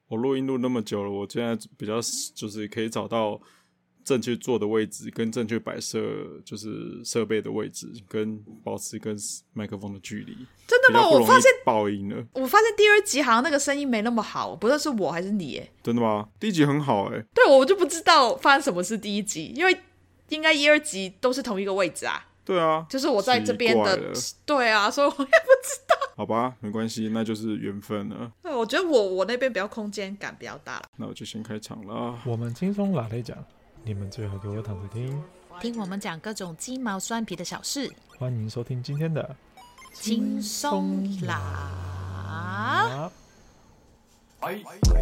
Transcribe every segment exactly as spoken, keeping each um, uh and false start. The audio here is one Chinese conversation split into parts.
我录音录那么久了，我现在比较就是可以找到正确坐的位置跟正确摆设，就是设备的位置跟保持跟麦克风的距离。 真的吗？我发现爆音了。 我发现第二集好像那个声音没那么好，不知道是我还是你耶。 真的吗？第一集很好哎。 对，我就不知道发生什么是第一集，因为应该一二集都是同一个位置啊。 对啊， 就是我在这边的，对啊，所以我也不知道。 好吧，没关系，那就是缘分了。 对，我觉得我我那边比较空间感比较大了。 那我就先开场了。 我们轻松拉来讲，你们最好给我躺着听， 听我们讲各种鸡毛蒜皮的小事。 欢迎收听今天的轻松拉。 哎。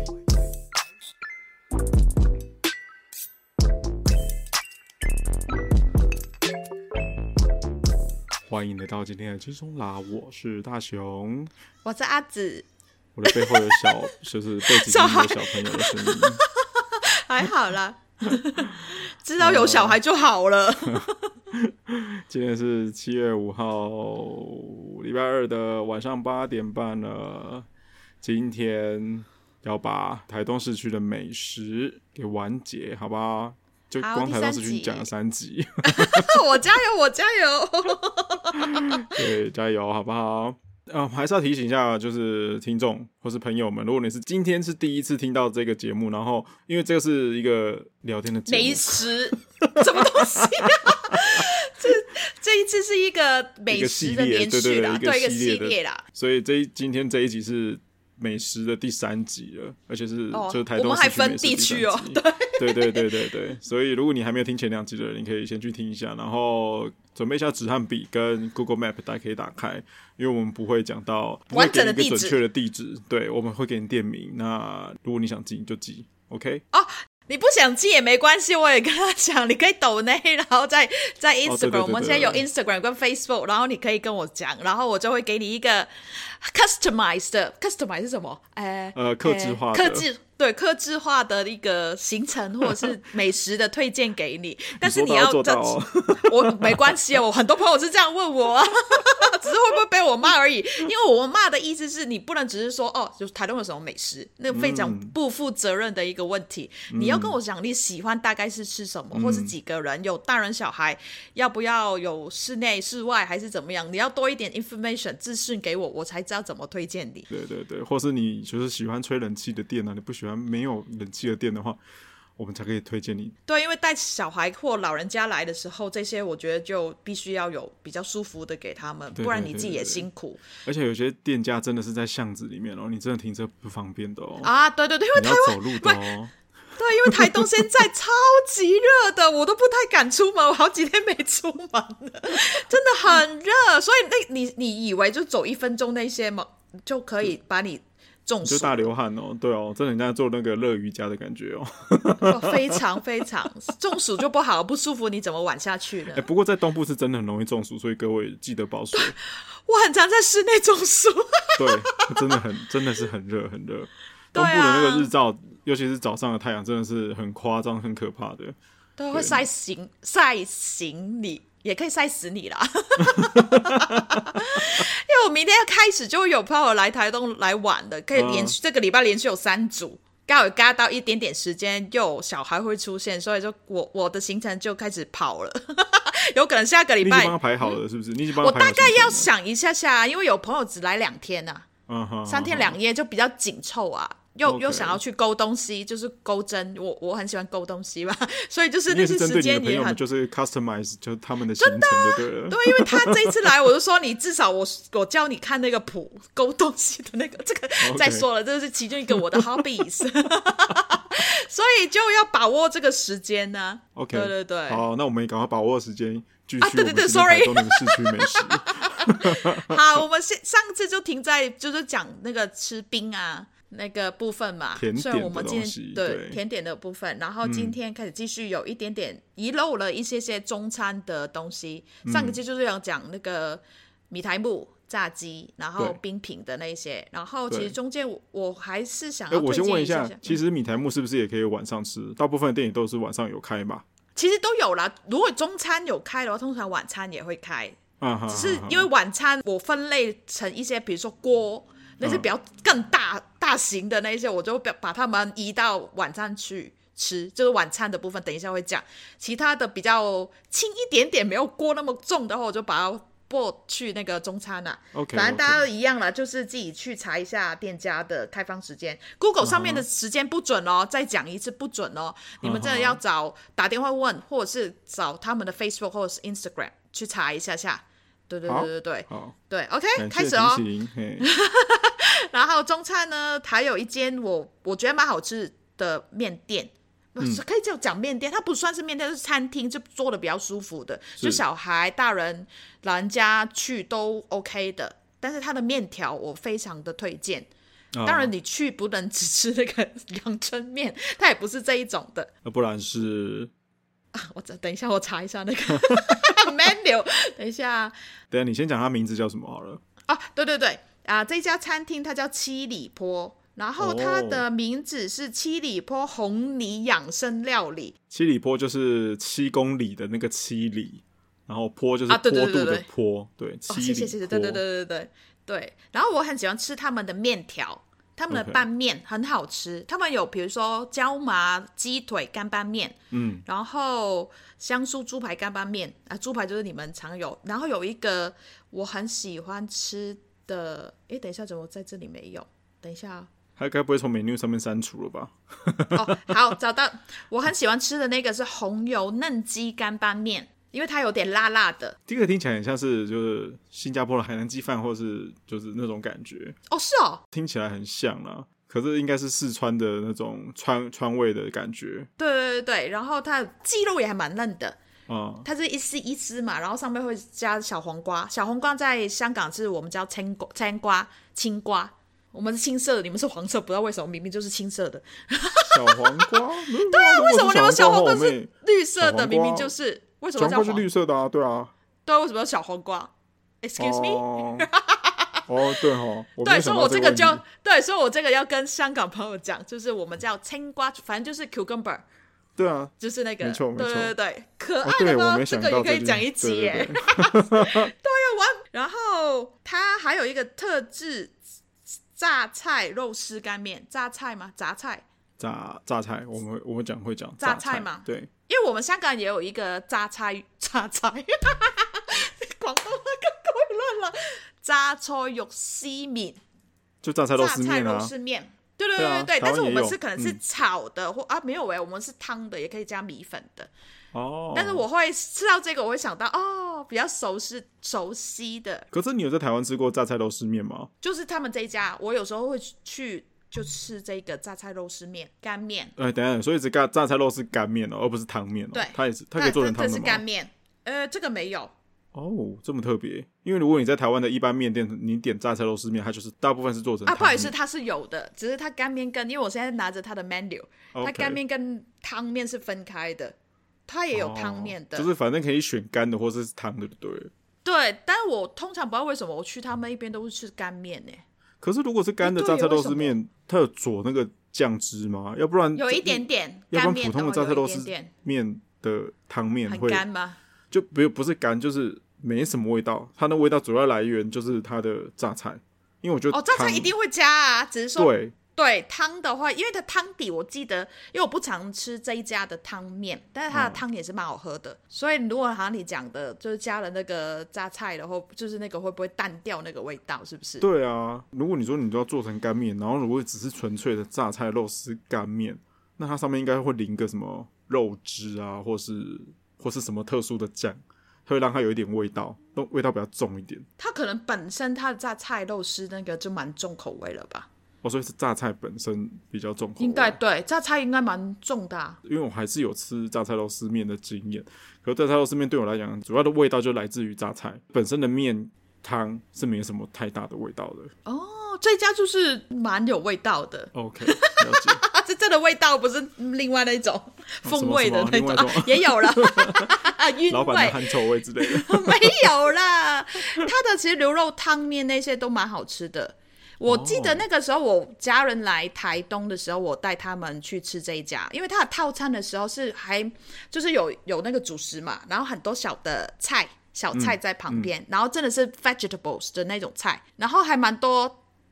欢迎来到今天的轻松啦，我是大雄， 我是阿紫， 我的背后有小，就是背景有小朋友的声音， 还好啦，知道有小孩就好了。 今天是七月五号，礼拜二的晚上八点半了。今天要把台东市区的美食给完结，好不好？就光台东市区讲了三集， 我加油，我加油！ 对，加油，好不好？呃，还是要提醒一下，就是听众或是朋友们，如果你是今天是第一次听到这个节目，然后因为这个是一个聊天的节目， 美食什么东西啊？这这一次是一个美食的连续啦，对，一个系列啦。 所以这一今天这一集是美食的第三集了，而且是、哦、就是台东市区美食第三集。我们还分地区哦，对对对对对。所以如果你还没有听前两集的人，你可以先去听一下，然后准备一下纸和笔跟 Google Map， 大家可以打开，因为我们不会讲到完整的地址， 不会给你一个准确的地址，对，我们会给你店名。那如果你想记，你就记 ，OK？ 哦。你不想记也没关系，我也跟他讲，你可以抖内，然后在在 Instagram，、哦、对对对对我们现在有 Instagram 跟 Facebook， 然后你可以跟我讲，然后我就会给你一个 customized 的 customize 是什么？呃呃，客制化的， 客制对客制化的一个行程或者是美食的推荐给你，但是你要做到哦， 我没关系，我很多朋友是这样问我，只是会不会被我骂而已。因为我骂的意思是你不能只是说哦，就是台东有什么美食，那个非常不负责任的一个问题。嗯、你要跟我讲你喜欢大概是吃什么，嗯、或是几个人，有大人小孩，要不要有室内室外还是怎么样？你要多一点 information 资讯给我，我才知道怎么推荐你。 对对对，或是你就是喜欢吹冷气的店啊，你不喜欢没有冷气的店的话，我们才可以推荐你。 对，因为带小孩或老人家来的时候，这些我觉得就必须要有比较舒服的给他们，不然你自己也辛苦。 而且有些店家真的是在巷子里面哦，你真的停车不方便的哦。 啊，对对对，因为台湾你要走路的哦。 对，因为台东现在超级热的，我都不太敢出门，我好几天没出门了，真的很热。所以那你你以为就走一分钟那些嘛，就可以把你中暑， 就大流汗哦，对哦，真的很像做那个热瑜伽的感觉哦， 哦非常非常中暑就不好，不舒服，你怎么玩下去呢？ 欸、不过在东部是真的很容易中暑，所以各位记得保水。 我很常在室内中暑， 对，真的很真的是很热很热。东部的那个日照，尤其是早上的太阳，真的是很夸张、很可怕的。 对，会晒醒晒醒你。也可以晒死你啦因为我明天要开始就会有朋友来台东来玩的，可以连续、嗯、这个礼拜连续有三组，刚好嘎到一点点时间又有小孩会出现，所以就我我的行程就开始跑了有可能下个礼拜你已经帮他排好了是不是？你已经帮他排好我大概要想一下下，因为有朋友只来两天啊， 嗯哼， 三天两夜就比较紧凑啊，又、okay. 又想要去勾东西，就是勾针，我我很喜欢勾东西嘛，所以就是那些时间也很就是 customize 就是他们的行程就对了， 对，因为他这一次来，我就说你至少我我教你看那个谱，勾东西的那个，这个、okay. 再说了，这是其中一个我的 hobbies 所以就要把握这个时间呢、啊。OK， 对对对， 好，那我们也赶快把握时间，继续啊，对对对 ，sorry， 台东那个市区美食。 好，我们上次就停在就是讲那个吃冰啊。那个部分嘛， 甜点的东西，我们今天 对, 对甜点的部分，然后今天开始继续有一点点遗漏了一些些中餐的东西。嗯、上个季就是要讲那个米苔目炸鸡，然后冰品的那些，然后其实中间 我, 我还是想要推荐一下。 我先问一下，其实米苔目是不是也可以晚上吃？大部分的店也都是晚上有开吧？ 其实都有啦，如果中餐有开的话，通常晚餐也会开。 啊、 只是因为晚餐我分类成一些，比如说锅。 那些比较更大大型的那些，我就把他们移到晚餐去吃，就是晚餐的部分等一下会讲。其他的比较轻一点点没有锅那么重的话，我就把它拨去那个中餐啊。 OK， 反正大家一样啦，就是自己去查一下店家的开放时间。 Google 上面的时间不准哦，再讲一次不准哦，你们真的要找打电话问，或者是找他们的 Facebook 或者是 Instagram 去查一下下。对对对对对对 OK 开始哦。然后中餐呢，还有一间我我觉得蛮好吃的面店，嗯、可以这样讲面店，它不算是面店，是餐厅，就做的比较舒服的，就小孩、大人、老人家去都 OK 的。但是它的面条我非常的推荐。哦、当然你去不能只吃那个阳春面，它也不是这一种的。 不然是啊，我等一下我查一下那个menu。等一下， 等一下你先讲它名字叫什么好了。 啊，对对对啊，这家餐厅它叫七里坡。然后它的名字是七里坡红泥养生料理。 七里坡就是七公里的那个七里，然后坡就是坡度的坡，对对对对，七里坡。哦，谢谢谢谢，对对对对对对。然后我很喜欢吃他们的面条，他们的拌面很好吃。Okay. 他们有比如说椒麻鸡腿干拌面，嗯，然后香酥猪排干拌面啊，猪排就是你们常有。然后有一个我很喜欢吃的，哎，等一下，怎么在这里没有？等一下。 他该不会从 menu 上面删除了吧？ 哦，好，找到。我很喜欢吃的那个是红油嫩鸡干拌面，因为它有点辣辣的。 这个听起来很像是就是新加坡的海南鸡饭，或是就是那种感觉。 哦，是哦， 听起来很像啦。可是应该是四川的那种川川味的感觉。 对对对对，然后它的鸡肉也还蛮嫩的。嗯，它是一丝一丝嘛，然后上面会加小黄瓜。小黄瓜在香港是我们叫青瓜，青瓜，青瓜。我们是青色的，你们是黄色，不知道为什么明明就是青色的。 小黄瓜？ 对啊，为什么你们小黄瓜是绿色的？明明就是为什么叫黄瓜？ 小黄瓜是绿色的啊，对啊。 对啊，为什么叫小黄瓜 ？Excuse me？ 哦, 哦，对哦， 对，所以我这个就对，所以我这个要跟香港朋友讲，就是我们叫青瓜，反正就是 cucumber。 对啊， 就是那个， 没错没错， 对对对，可爱的吗？ 哦、 这个也可以讲一集耶。对啊，完。然后它还有一个特制。榨菜肉丝干面，榨菜吗？榨菜， 榨榨菜，我们我们讲会讲榨菜嘛？ 对， 因为我们香港也有一个榨菜，榨菜，广东话更混乱了，榨菜肉丝面， 就榨菜肉丝面啊， 榨菜肉丝面，对对对对对，但是我们是可能是炒的，嗯、或啊没有哎，我们是汤的，也可以加米粉的。哦，但是我会吃到这个，我会想到哦，比较熟悉熟悉的。 可是你有在台湾吃过榨菜肉丝面吗？ 就是他们这一家，我有时候会去就吃这个榨菜肉丝面干面。 哎，等一下，所以是榨榨菜肉丝干面哦，而不是汤面哦。 对， 它也是，它可以做成汤的吗？ 这是干面，呃，这个没有。 哦，这么特别。因为如果你在台湾的一般面店，你点榨菜肉丝面，它就是大部分是做成汤面。 啊，不好意思，它是有的，只是它干面跟，因为我现在拿着它的 menu， 它干面跟汤面是分开的。它也有汤面的、哦， 就是反正可以选干的或是汤的，对了。 对，但是我通常不知道为什么我去他们一边都是吃干面呢。 可是如果是干的榨菜肉丝面，它有佐那个酱汁吗？要不然有一点点， 要不然普通的榨菜肉丝面的汤面会很干吗？ 就不不是干，就是没什么味道。它的味道主要来源就是它的榨菜，因为我觉得哦，榨菜一定会加啊，只是说对。 对汤的话，因为它汤底我记得，因为我不常吃这一家的汤面，但是它的汤也是蛮好喝的、嗯、所以如果好像你讲的就是加了那个榨菜的话，就是那个会不会淡掉那个味道，是不是？ 对啊，如果你说你都要做成干面，然后如果只是纯粹的榨菜肉丝干面，那它上面应该会淋个什么肉汁啊，或是或是什么特殊的酱，会让它有一点味道，味道比较重一点。 它可能本身它的榨菜肉丝那个就蛮重口味了吧？ 哦，所以是榨菜本身比较重口味， 应该对，榨菜应该蛮重的、啊。 因为我还是有吃榨菜肉丝面的经验，可是榨菜肉丝面对我来讲，主要的味道就来自于榨菜本身的面汤是没什么太大的味道的。 哦，这家就是蛮有味道的。 OK， 了解。 是真的味道，不是另外那种风味的那种， 哦啊、 也有了。晕味、 老板的汗臭味之类的。 没有啦，它的其实牛肉汤面那些都蛮好吃的。我记得那个时候我家人来台东的时候，我带他们去吃这一家，因为它的套餐的时候是还就是有有那个主食嘛，然后很多小的菜小菜在旁边、嗯嗯、然后真的是 vegetables 的那种菜，然后还蛮多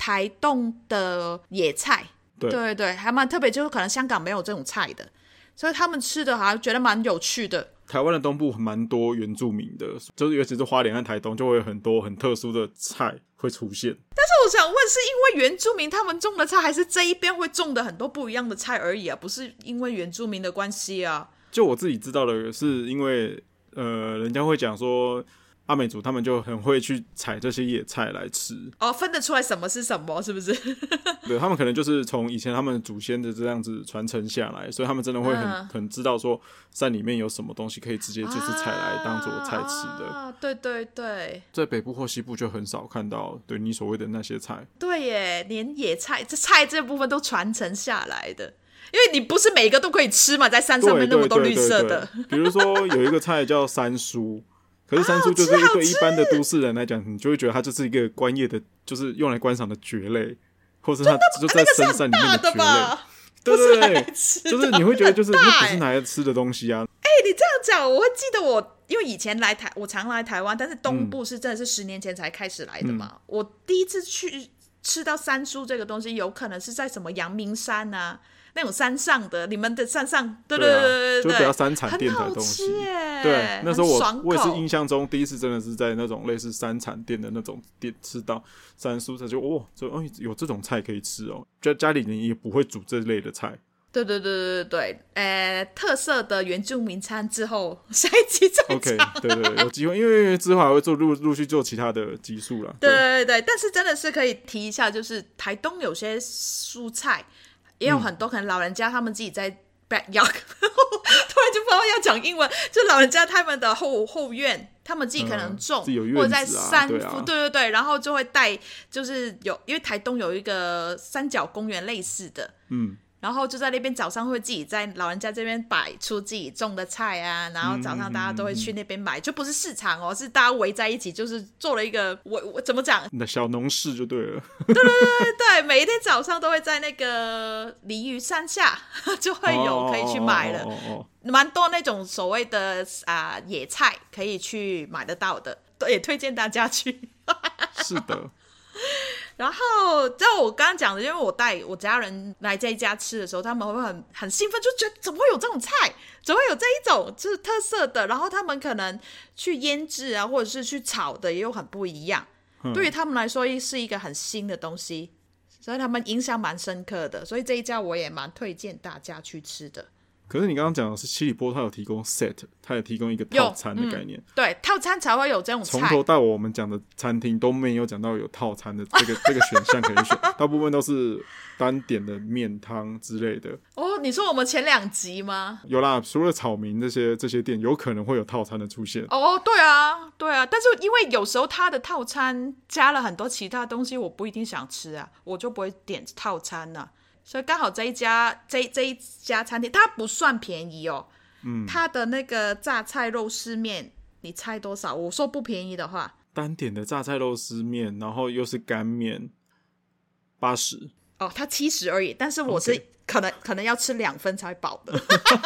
台东的野菜， 对对对，还蛮特别，就是可能香港没有这种菜的，所以他们吃的好像觉得蛮有趣的。 台湾的东部蛮多原住民的，就是尤其是花莲和台东，就会有很多很特殊的菜会出现。 但是我想问，是因为原住民他们种的菜，还是这一边会种的很多不一样的菜而已啊？不是因为原住民的关系啊？ 就我自己知道的是，因为呃，人家会讲说，阿美族他们就很会去采这些野菜来吃。 哦，分得出来什么是什么，是不是？ 对，他们可能就是从以前他们祖先的这样子传承下来，所以他们真的会很、嗯、很知道说山里面有什么东西可以直接就是采来当做菜吃的。 啊，对对对， 在北部或西部就很少看到对你所谓的那些菜。 对耶，连野菜这菜这部分都传承下来的。因为你不是每一个都可以吃嘛，在山上面那么多绿色的。 对对对对，比如说有一个菜叫山蔬，可是山蔬就是对一般的都市人来讲，你就会觉得它就是一个观叶的，就是用来观赏的蕨类，或是它就在深山里面的蕨类。对对对，就是你会觉得就是那不是拿来吃的东西啊。 哎、欸，你这样讲，我会记得我，因为以前来台，我常来台湾，但是东部是真的是十年前才开始来的嘛。嗯、我第一次去吃到山蔬这个东西，有可能是在什么阳明山啊。那种山上的，你们的山上，对对对对对， 就比较山产店的东西。对，那时候我我也是印象中第一次真的是在那种类似山产店的那种店吃到山蔬菜，就哦，就哦有这种菜可以吃哦。就家里人也不会煮这类的菜。 对对对对对，呃，特色的原住民餐之后，下一集再讲。 OK， 对对对，有机会，因为之后还会做陆陆续做其他的集数啦。 对对对，但是真的是可以提一下，就是台东有些蔬菜。也有很多可能老人家他们自己在 backyard，、嗯、突然就不知道要讲英文，就老人家他们的后后院，他们自己可能种， 嗯啊、 或者在山对、啊、 对对对，然后就会带，就是有因为台东有一个三角公园类似的，嗯。然后就在那边早上会自己在老人家这边摆出自己种的菜啊，然后早上大家都会去那边买，嗯、就不是市场哦，是大家围在一起，就是做了一个我我怎么讲？ 你的小农市就对了。 对对对对，每一天早上都会在那个鲤鱼山下就会有可以去买了，蛮、哦哦哦、多那种所谓的啊、呃、野菜可以去买得到的，也推荐大家去。 是的。 然后在我刚刚讲的，因为我带我家人来这一家吃的时候，他们会很很兴奋，就觉得怎么会有这种菜，怎么会有这一种就是特色的，然后他们可能去腌制啊，或者是去炒的也有很不一样，嗯、对于他们来说是一个很新的东西，所以他们印象蛮深刻的，所以这一家我也蛮推荐大家去吃的。 可是你刚刚讲的是七里波，它有提供 set， 它有提供一个套餐的概念、嗯、 对，套餐才会有这种菜。 从头到尾我们讲的餐厅都没有讲到有套餐的这个这个选项可以选，大部分都是单点的面汤之类的。 哦，你说我们前两集吗？ 有啦，除了草民这些这些店有可能会有套餐的出现。 哦，对啊对啊，但是因为有时候它的套餐加了很多其他东西，我不一定想吃啊，我就不会点套餐啊。所以刚好这一家 这, 这一家餐厅它不算便宜哦，嗯，它的那个榨菜肉丝面你猜多少？我说不便宜的话， 单点的榨菜肉丝面，然后又是干面，八十哦，它七十而已，但是我是可能、okay. 可能要吃两份才饱的，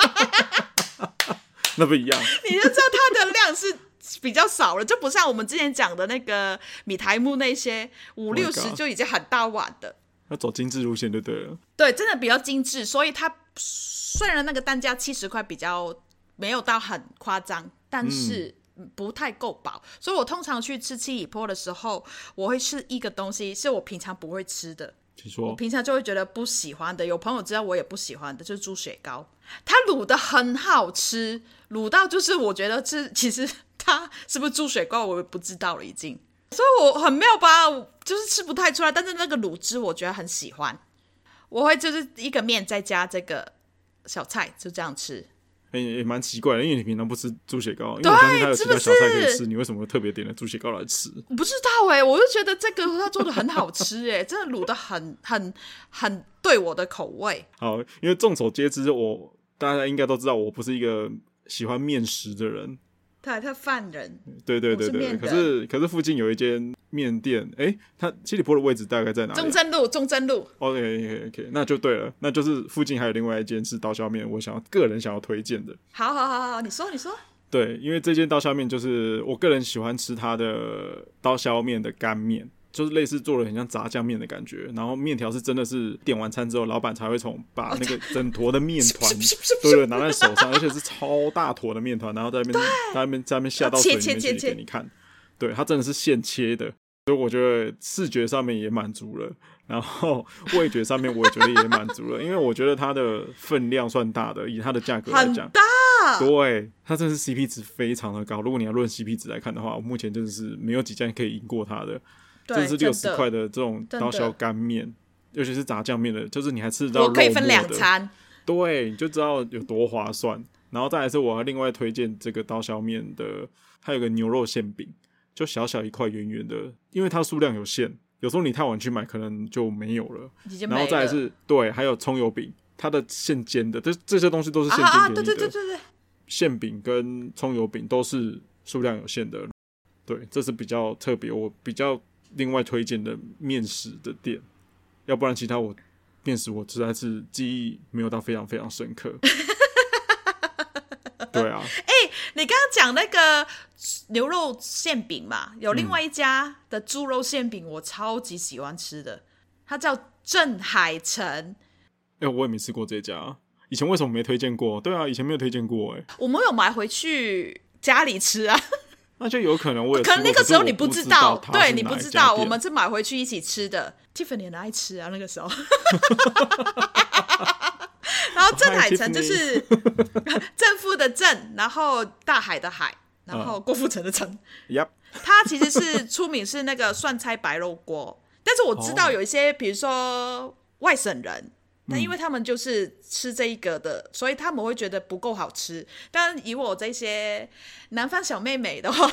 那不一样， 你就知道它的量是比较少了，就不像我们之前讲的那个米苔目那些五六十就已经很大碗的。 要走精致路线就对了， 对，真的比较精致，所以它虽然那个单价七十块比较没有到很夸张，但是不太够饱、嗯、所以我通常去吃七里坡的时候，我会吃一个东西是我平常不会吃的， 请说。 我平常就会觉得不喜欢的，有朋友知道我也不喜欢的，就是猪血糕，它卤的很好吃，卤到就是我觉得这其实它是不是猪血糕我也不知道了已经，所以我很妙吧，就是吃不太出来，但是那个卤汁我觉得很喜欢，我会就是一个面再加这个小菜就这样吃。 欸、也蛮奇怪的，因为你平常不吃猪血糕，因为我相信它有其他小菜可以吃，是是你为什么会特别点了猪血糕来吃？ 不知道哎、欸，我就觉得这个它做的很好吃哎、欸，真的卤的很很很对我的口味。 好，因为众所皆知，我大家应该都知道，我不是一个喜欢面食的人。 他他饭人， 对对对对，可是可是附近有一间面店，哎、欸，它七里坡的位置大概在哪里？ 中正路，中正路。 OK OK OK， 那就对了，那就是附近还有另外一间是刀削面，我想要个人想要推荐的。 好好好好，你说你说。 对，因为这间刀削面就是我个人喜欢吃它的刀削面的干面， 就是类似做了很像炸酱面的感觉，然后面条是真的是点完餐之后，老板才会从把那个整坨的面团，对对，拿在手上，而且是超大坨的面团，然后在那边在那边在那边下到水里面去给你看，对，它真的是现切的，所以我觉得视觉上面也满足了，然后味觉上面我也觉得也满足了，因为我觉得它的分量算大的，以它的价格来讲， 很大。 对，它真的是 C P 值非常的高。如果你要论 C P 值来看的话，我目前真的是没有几家可以赢过它的。真的是六十块的这种刀削干面，尤其是炸酱面的，就是你还吃得到肉末的， 我可以分两餐。 对，你就知道有多划算。然后再来是我要另外推荐这个刀削面的，它有个牛肉馅饼，就小小一块圆圆的，因为它数量有限，有时候你太晚去买可能就没有了。然后再来是对，还有葱油饼，它的现煎的，这这些东西都是现煎给你的。啊啊，对对对对对。馅饼跟葱油饼都是数量有限的，对，这是比较特别，我比较另外推荐的面食的店，要不然其他我面食我实在是记忆没有到非常非常深刻。对啊， 哎、欸，你刚刚讲那个牛肉馅饼嘛，有另外一家的猪肉馅饼，我超级喜欢吃的，它叫郑海城。 哎、欸，我也没吃过这家。以前为什么没推荐过？对啊，以前没有推荐过哎、欸。 我们有买回去家里吃啊。 那就有可能我也吃过， 可能那个时候你不知道， 知道对，你不知道，我们是买回去一起吃的。Tiffany 很爱吃啊，那个时候。然后郑海城就是正负的正，然后大海的海，然后郭富城的城。 Yep， 他其实是出名是那个蒜菜白肉锅，但是我知道有一些，比如说外省人。但因为他们就是吃这一个的，所以他们会觉得不够好吃。但以我这些南方小妹妹的话，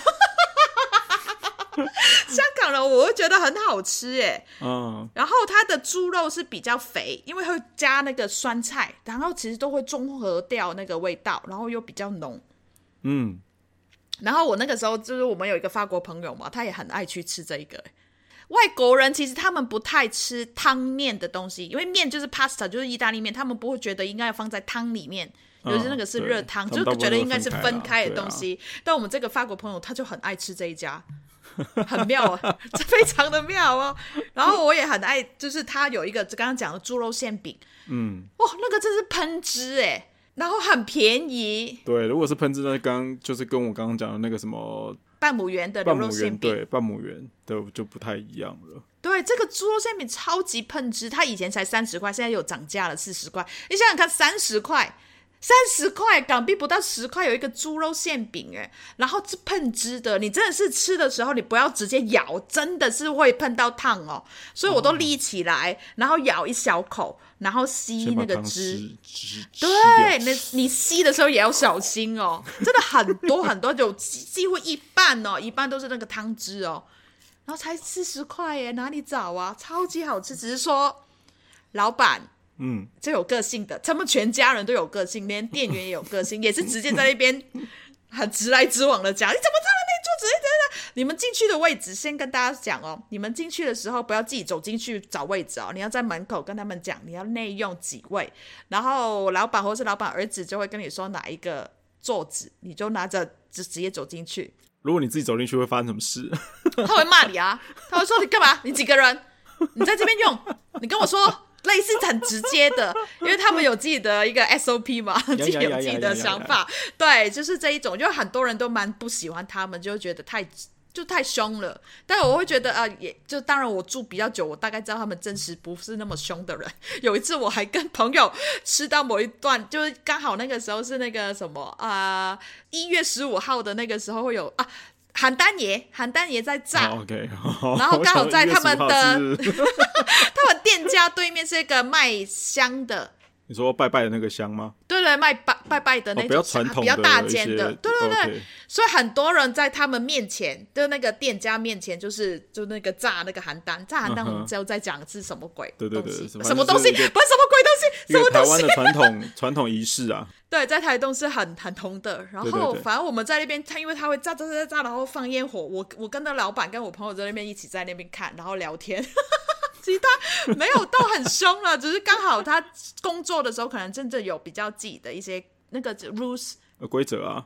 香港人我会觉得很好吃耶。嗯，然后它的猪肉是比较肥，因为会加那个酸菜，然后其实都会中和掉那个味道，然后又比较浓。嗯，然后我那个时候就是我们有一个法国朋友嘛，他也很爱去吃这一个。外国人其实他们不太吃汤面的东西，因为面就是 pasta 就是意大利面，他们不会觉得应该要放在汤里面，尤其是那个是热汤，就觉得应该是分开的东西。啊、但我们这个法国朋友他就很爱吃这一家，很妙啊，非常的妙哦。然后我也很爱，就是他有一个刚刚讲的猪肉馅饼，嗯，哇，那个真是喷汁哎，然后很便宜。 对，如果是喷汁，那刚就是跟我刚刚讲的那个什么。 半亩园的牛肉馅饼， 对，半亩园的就不太一样了。 对，这个猪肉馅饼超级喷汁，它以前才三十块，现在有涨价了四十块。你想想看，三十块，三十块港币不到十块，有一个猪肉馅饼哎，然后是喷汁的，你真的是吃的时候你不要直接咬，真的是会喷到烫哦。所以我都立起来，哦、然后咬一小口。然后吸那个汁，对，你你吸的时候也要小心哦，真的很多很多，有几乎一半哦，一半都是那个汤汁哦，然后才四十块耶，哪里找啊？超级好吃，只是说老板，嗯，这有个性的，他们全家人都有个性，连店员也有个性，也是直接在那边很直来直往的讲，你怎么在那边坐直接在那？你们进去的位置，先跟大家讲哦，你们进去的时候不要自己走进去找位置哦，你要在门口跟他们讲，你要内用几位，然后老板或是老板儿子就会跟你说哪一个座子，你就拿着直直接走进去。 如果你自己走进去会发生什么事？ 他会骂你啊，他会说你干嘛？你几个人？你在这边用？你跟我说。类似很直接的，因为他们有自己的一个 S O P 嘛，自己有自己的想法，对，就是这一种，就很多人都蛮不喜欢他们，就觉得太就太凶了。但我会觉得啊、呃，也就当然我住比较久，我大概知道他们真实不是那么凶的人。有一次我还跟朋友吃到某一段，就是刚好那个时候是那个什么啊，一、呃、月十五号的那个时候会有啊。邯郸爷，邯郸爷在炸、 oh, okay. 然后刚好在他们的他们店家对面是一个卖香的。 你说拜拜的那个香吗？ 对对，卖拜拜拜的那种、哦、 比较传统的、 比较大间的，对对对。 Okay. 所以很多人在他们面前，就那个店家面前，就是就那个炸那个邯郸，炸邯郸，我们就在讲是什么鬼东西？对对对，什么东西？不是什么鬼东西，什么东西？ 台湾的传统传统仪式啊。 对，在台东是很很通的。然后反正我们在那边，他因为他会炸炸炸炸，然后放烟火。我我跟那老板跟我朋友在那边一起在那边看，然后聊天。其他没有到很凶了，只是刚好他工作的时候可能真正有比较自己的一些那个 rules 规则啊。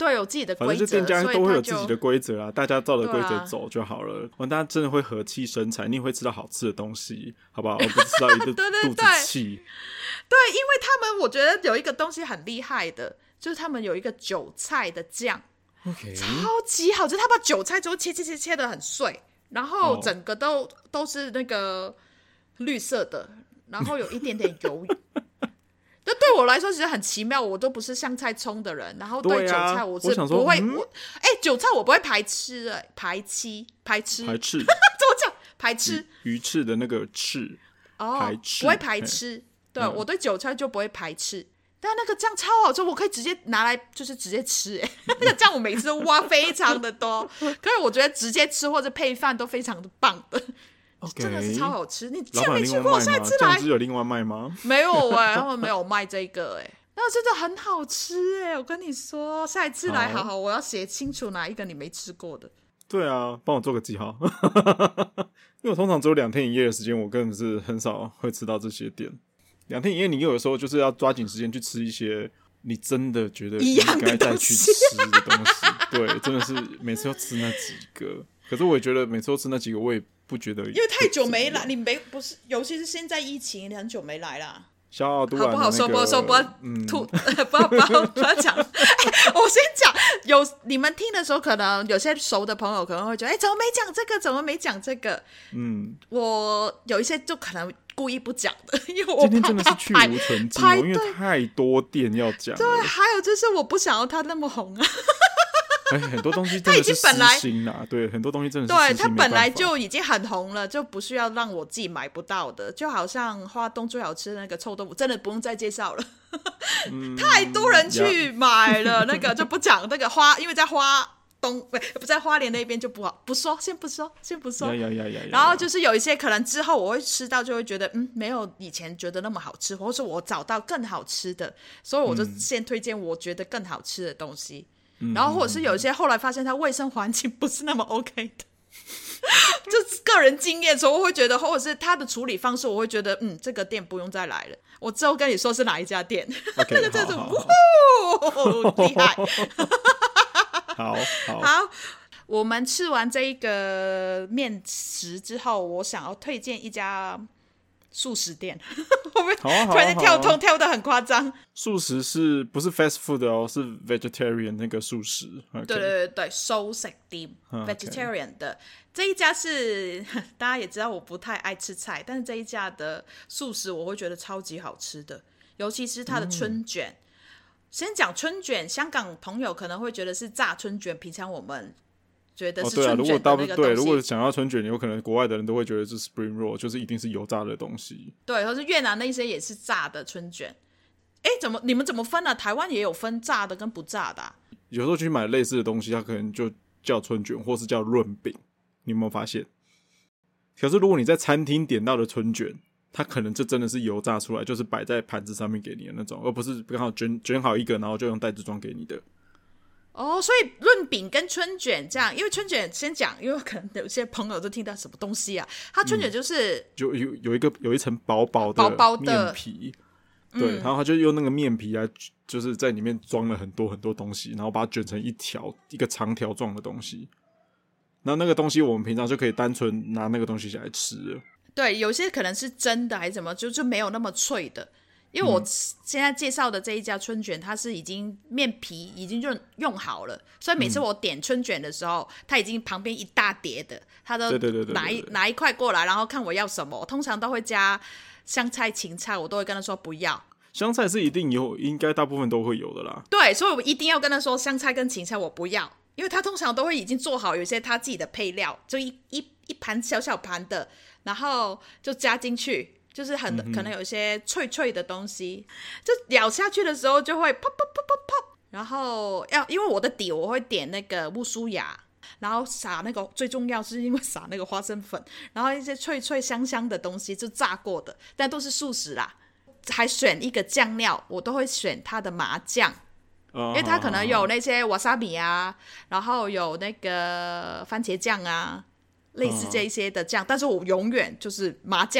对，有自己的规则， 反正就店家都会有自己的规则啊，大家照着规则走就好了。完、啊，大家真的会和气生财，你也会吃到好吃的东西，好不好？而不是吃到一个肚子气。 对，因为他们我觉得有一个东西很厉害的，就是他们有一个韭菜的酱。 Okay. 超级好吃，他把韭菜之后切切切切的很碎，然后整个都、oh. 都是那个绿色的，然后有一点点油。这对我来说其实很奇妙，我都不是香菜葱的人，然后对韭菜我是不会，我哎、嗯欸、韭菜我不会排斥哎、欸，排斥排斥排斥怎么讲？排斥鱼翅的那个翅哦，排斥不会排斥，对、嗯、我对韭菜就不会排斥。但那个酱超好吃，我可以直接拿来就是直接吃、欸、那个酱我每次都挖非常的多，可是我觉得直接吃或者配饭都非常的棒的。Okay. 真的是超好吃，你竟然没去过，下次来。 酱汁有另外卖吗？ 没有哎、欸，他们没有卖这个哎、欸，那真的很好吃哎、欸，我跟你说，下一次来好好，我要写清楚哪一个你没吃过的。 对啊，帮我做个记号，因为我通常只有两天一夜的时间，我根本是很少会吃到这些店。两天一夜，你有的时候就是要抓紧时间去吃一些你真的觉得应该再去吃的东西。对，真的是每次要吃那几个，可是我也觉得每次都吃那几个，我也不觉得，因为太久没来，你没不是，尤其是现在疫情，你很久没来啦。 小奥都、那個、 好不好说？不好说，不要吐，不要不要不要讲。我先讲，有你们听的时候，可能有些熟的朋友可能会觉得，哎、欸，怎么没讲这个？怎么没讲这个？嗯，我有一些就可能故意不讲的，因为我怕今天真的是去无存菁、哦，因为太多店要讲。 对，还有就是我不想要他那么红啊。 哎，很多东西真的是私心啦，对，很多东西真的是私心， 对，它本来就已经很红了，就不需要让我自己买不到的，就好像花东最好吃的那个臭豆腐，真的不用再介绍了，嗯、太多人去买了，那个就不讲那个花，因为在花东不不在花莲那边就不好不说，先不说，先不说。 呀呀呀呀呀然后就是有一些可能之后我会吃到，就会觉得嗯没有以前觉得那么好吃，或是我找到更好吃的，所以我就先推荐我觉得更好吃的东西。嗯、然后或者是有一些后来发现它卫生环境不是那么 OK 的，就是个人经验，所以我会觉得，或者是它的处理方式，我会觉得嗯这个店不用再来了。我之后跟你说是哪一家店， okay, 那个真是呜厉害。 好 好, 好，我们吃完这一个面食之后，我想要推荐一家素食店。我们突然间跳通跳得很夸张。 素食是不是 fast food 哦？是 vegetarian 那个素食。Okay. 对对对对，素食店 vegetarian 的、okay. 这一家是大家也知道我不太爱吃菜，但是这一家的素食我会觉得超级好吃的，尤其是它的春卷。嗯，先讲春卷，香港朋友可能会觉得是炸春卷，平常我们觉得是春卷的那个东西。哦，对啊，如果对，如果想要春卷，有可能国外的人都会觉得是 spring roll， 就是一定是油炸的东西。 对，或是越南那些也是炸的春卷。哎，怎么你们怎么分啊？台湾也有分炸的跟不炸的、啊。 有时候去买类似的东西，它可能就叫春卷，或是叫润饼。你有没有发现？可是如果你在餐厅点到的春卷，它可能就真的是油炸出来，就是摆在盘子上面给你的那种，而不是刚好 卷, 卷好一个然后就用袋子装给你的。 哦，所以润饼跟春卷这样，因为春卷先讲，因为可能有些朋友都听到什么东西啊，它春卷就是、嗯、 就有有一个有一层薄薄的面皮，薄薄的对、嗯，然后他就用那个面皮来，就是在里面装了很多很多东西，然后把它卷成一条一个长条状的东西。那那个东西我们平常就可以单纯拿那个东西来吃了。 对，有些可能是真的还是什么，就就没有那么脆的。因为我现在介绍的这一家春卷，它是已经面皮已经用用好了，所以每次我点春卷的时候，嗯、它已经旁边一大叠的，它都拿一拿一块过来，然后看我要什么。我通常都会加香菜、芹菜，我都会跟他说不要。 香菜是一定有，应该大部分都会有的啦。 对，所以我一定要跟他说香菜跟芹菜我不要，因为他通常都会已经做好有些他自己的配料，就一一一盘小小盘的，然后就加进去。就是很、嗯、可能有一些脆脆的东西，就咬下去的时候就会啪啪啪啪啪。然后要因为我的底我会点那个木酥芽，然后撒那个，最重要是因为撒那个花生粉，然后一些脆脆香香的东西，就炸过的，但都是素食啦。还选一个酱料，我都会选它的麻酱，因为它可能有那些 wasabi 啊，然后有那个番茄酱啊，类似这一些的酱，但是我永远就是麻酱。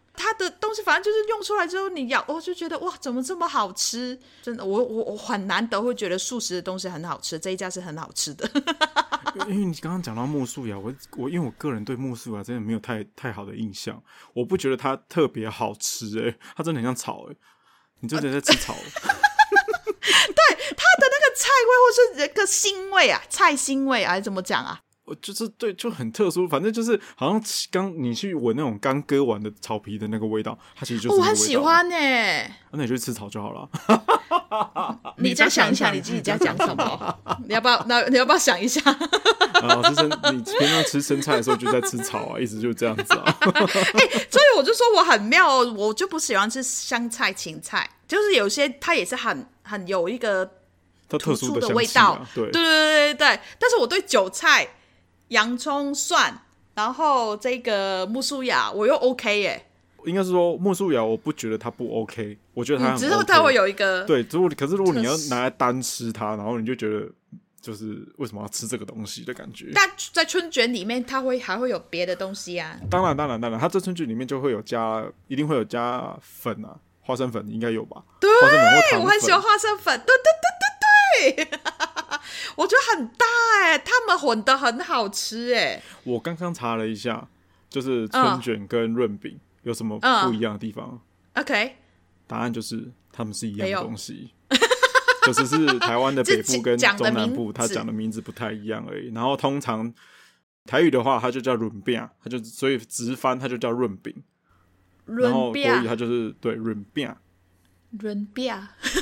它的东西反正就是用出来之后你咬，我就觉得哇怎么这么好吃，真的我我我很难得会觉得素食的东西很好吃，这一家是很好吃的。 因为你刚刚讲到木素芽，我我因为我个人对木素芽真的没有太太好的印象，我不觉得它特别好吃哎、欸，它真的很像草哎、欸，你真的在吃草？ 对，它的那个菜味或是那个腥味啊，菜腥味啊，还是怎么讲啊？ 我就是对，就很特殊，反正就是好像刚你去闻那种刚割完的草皮的那个味道，它其实就是那个味道、哦、 我很喜欢耶、欸啊、那你就吃草就好了。 你再想一下你自己在讲什么？你要不要？那你要不要想一下？ 啊，吃生，你平常吃生菜的时候就在吃草啊，一直就这样子啊。 哎、欸，所以我就说我很妙，我就不喜欢吃香菜、芹菜，就是有些它也是很很有一个突出的味道， 啊、对对对对对对。但是我对韭菜、洋葱、蒜，然后这个木素芽，我又 OK 耶。 应该是说木素芽，我不觉得它不 OK， 我觉得它很 OK， 之后它会有一个对，如果可是如果你要拿来单吃它，然后你就觉得就是为什么要吃这个东西的感觉。 但在春卷里面，它会还会有别的东西啊。 当然当然当然，它这春卷里面就会有加，一定会有加粉啊，花生粉应该有吧？ 对， 花生粉或糖粉， 我很喜欢花生粉，对对对对对。我觉得很大哎、欸，他们混得很好吃哎、欸。 我刚刚查了一下，就是春卷跟润饼。嗯有什么不一样的地方、 嗯、？OK， 答案就是他们是一样的东西，就只是台湾的北部跟中南部，它讲的名字不太一样而已。然后通常台语的话，它就叫润饼，它就所以直翻它就叫润饼。然后国语它就是对润饼， 润饼。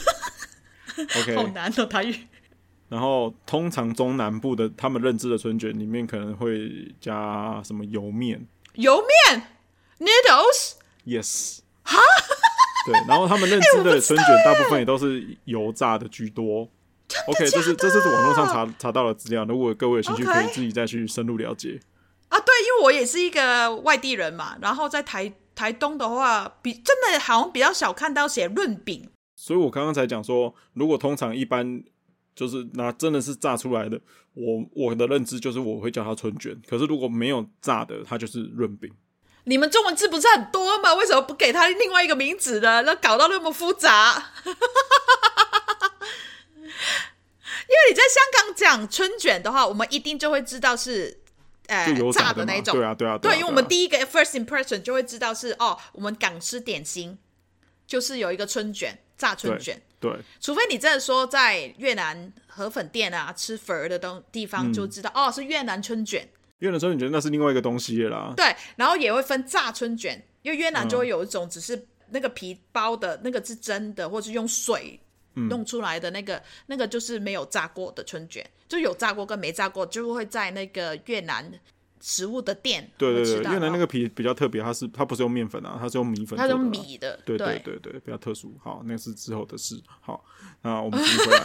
OK， 好难哦台语。 然后通常中南部的他们认知的春卷里面可能会加什么油面？ 油面。Noodles yes 哈对，然后他们认知的春卷大部分也都是油炸的居多。OK， 这是这是网络上查查到的资料，如果各位有兴趣，可以自己再去深入了解。 啊，对，因为我也是一个外地人嘛，然后在台台东的话，比真的好像比较少看到写润饼， 所以我刚刚才讲说，如果通常一般就是拿真的是炸出来的，我我的认知就是我会叫它春卷，可是如果没有炸的，它就是润饼。 你们中文字不是很多吗？为什么不给他另外一个名字呢？那搞到那么复杂。因为你在香港讲春卷的话，我们一定就会知道是呃炸的那一种。 对啊对啊 对, 啊对，因为我们第一个 first impression 就会知道是哦，我们港式点心就是有一个春卷，炸春卷。 对，对除非你真的说在越南河粉店啊吃粉儿的东地方就知道、嗯、哦是越南春卷。 越南春卷那是另外一个东西了啦。 对，然后也会分炸春卷，因为越南就会有一种只是那个皮包的那个是真的，或是用水弄出来的那个、嗯、那个就是没有炸过的春卷，就有炸过跟没炸过就会在那个越南食物的店。 对对对，越南那个皮比较特别，它是它不是用面粉啊，它是用米粉做的、啊， 它是用米的。 对对对对，比较特殊。好，那是之后的事。好，那我们继续回来。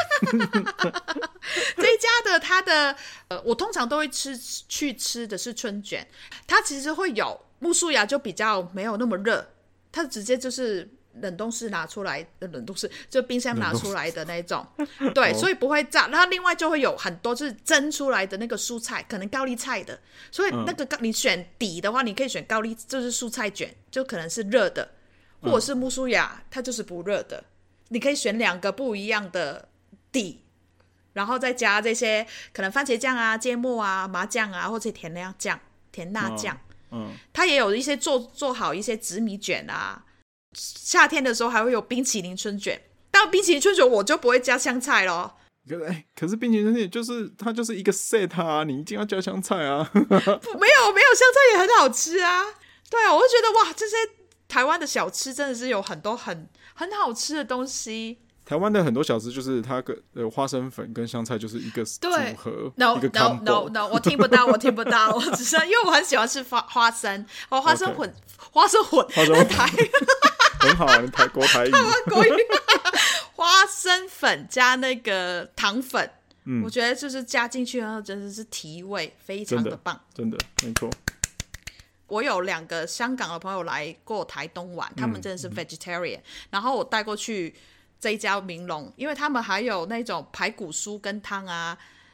这一家的它的呃，我通常都会吃去吃的是春卷，它其实会有木素芽就比较没有那么热，它直接就是冷冻室拿出来的，冷冻室就冰箱拿出来的那种，对，所以不会炸。然后另外就会有很多就是蒸出来的那个蔬菜，可能高丽菜的，所以那个你选底的话，你可以选高丽，就是蔬菜卷，就可能是热的，或者是木素芽，它就是不热的，你可以选两个不一样的底。然后再加这些可能番茄酱啊、芥末啊、麻酱啊，或者甜辣酱、甜辣酱。嗯，嗯它也有一些做做好一些紫米卷啊。夏天的时候还会有冰淇淋春卷，但冰淇淋春卷我就不会加香菜咯。 可是、欸、可是冰淇淋春卷就是它就是一个 set 啊，你一定要加香菜啊。 没有没有香菜也很好吃啊。对啊，我就觉得哇，这些台湾的小吃真的是有很多很很好吃的东西。 台湾的很多小吃就是它跟呃花生粉跟香菜就是一个组合， no, 一个 no no no， 我听不到，我听不到，我只是因为我很喜欢吃花花生，哦花生混， okay. 花生混， 花生混台很好啊，台国台语， 国语花生粉加那个糖粉，嗯，我觉得就是加进去然后真的是提味，非常的棒， 真的，真的没错。 我有两个香港的朋友来过台东玩，他们真的是 vegetarian，、嗯、然后我带过去这一家明龙，因为他们还有那种排骨酥跟汤啊，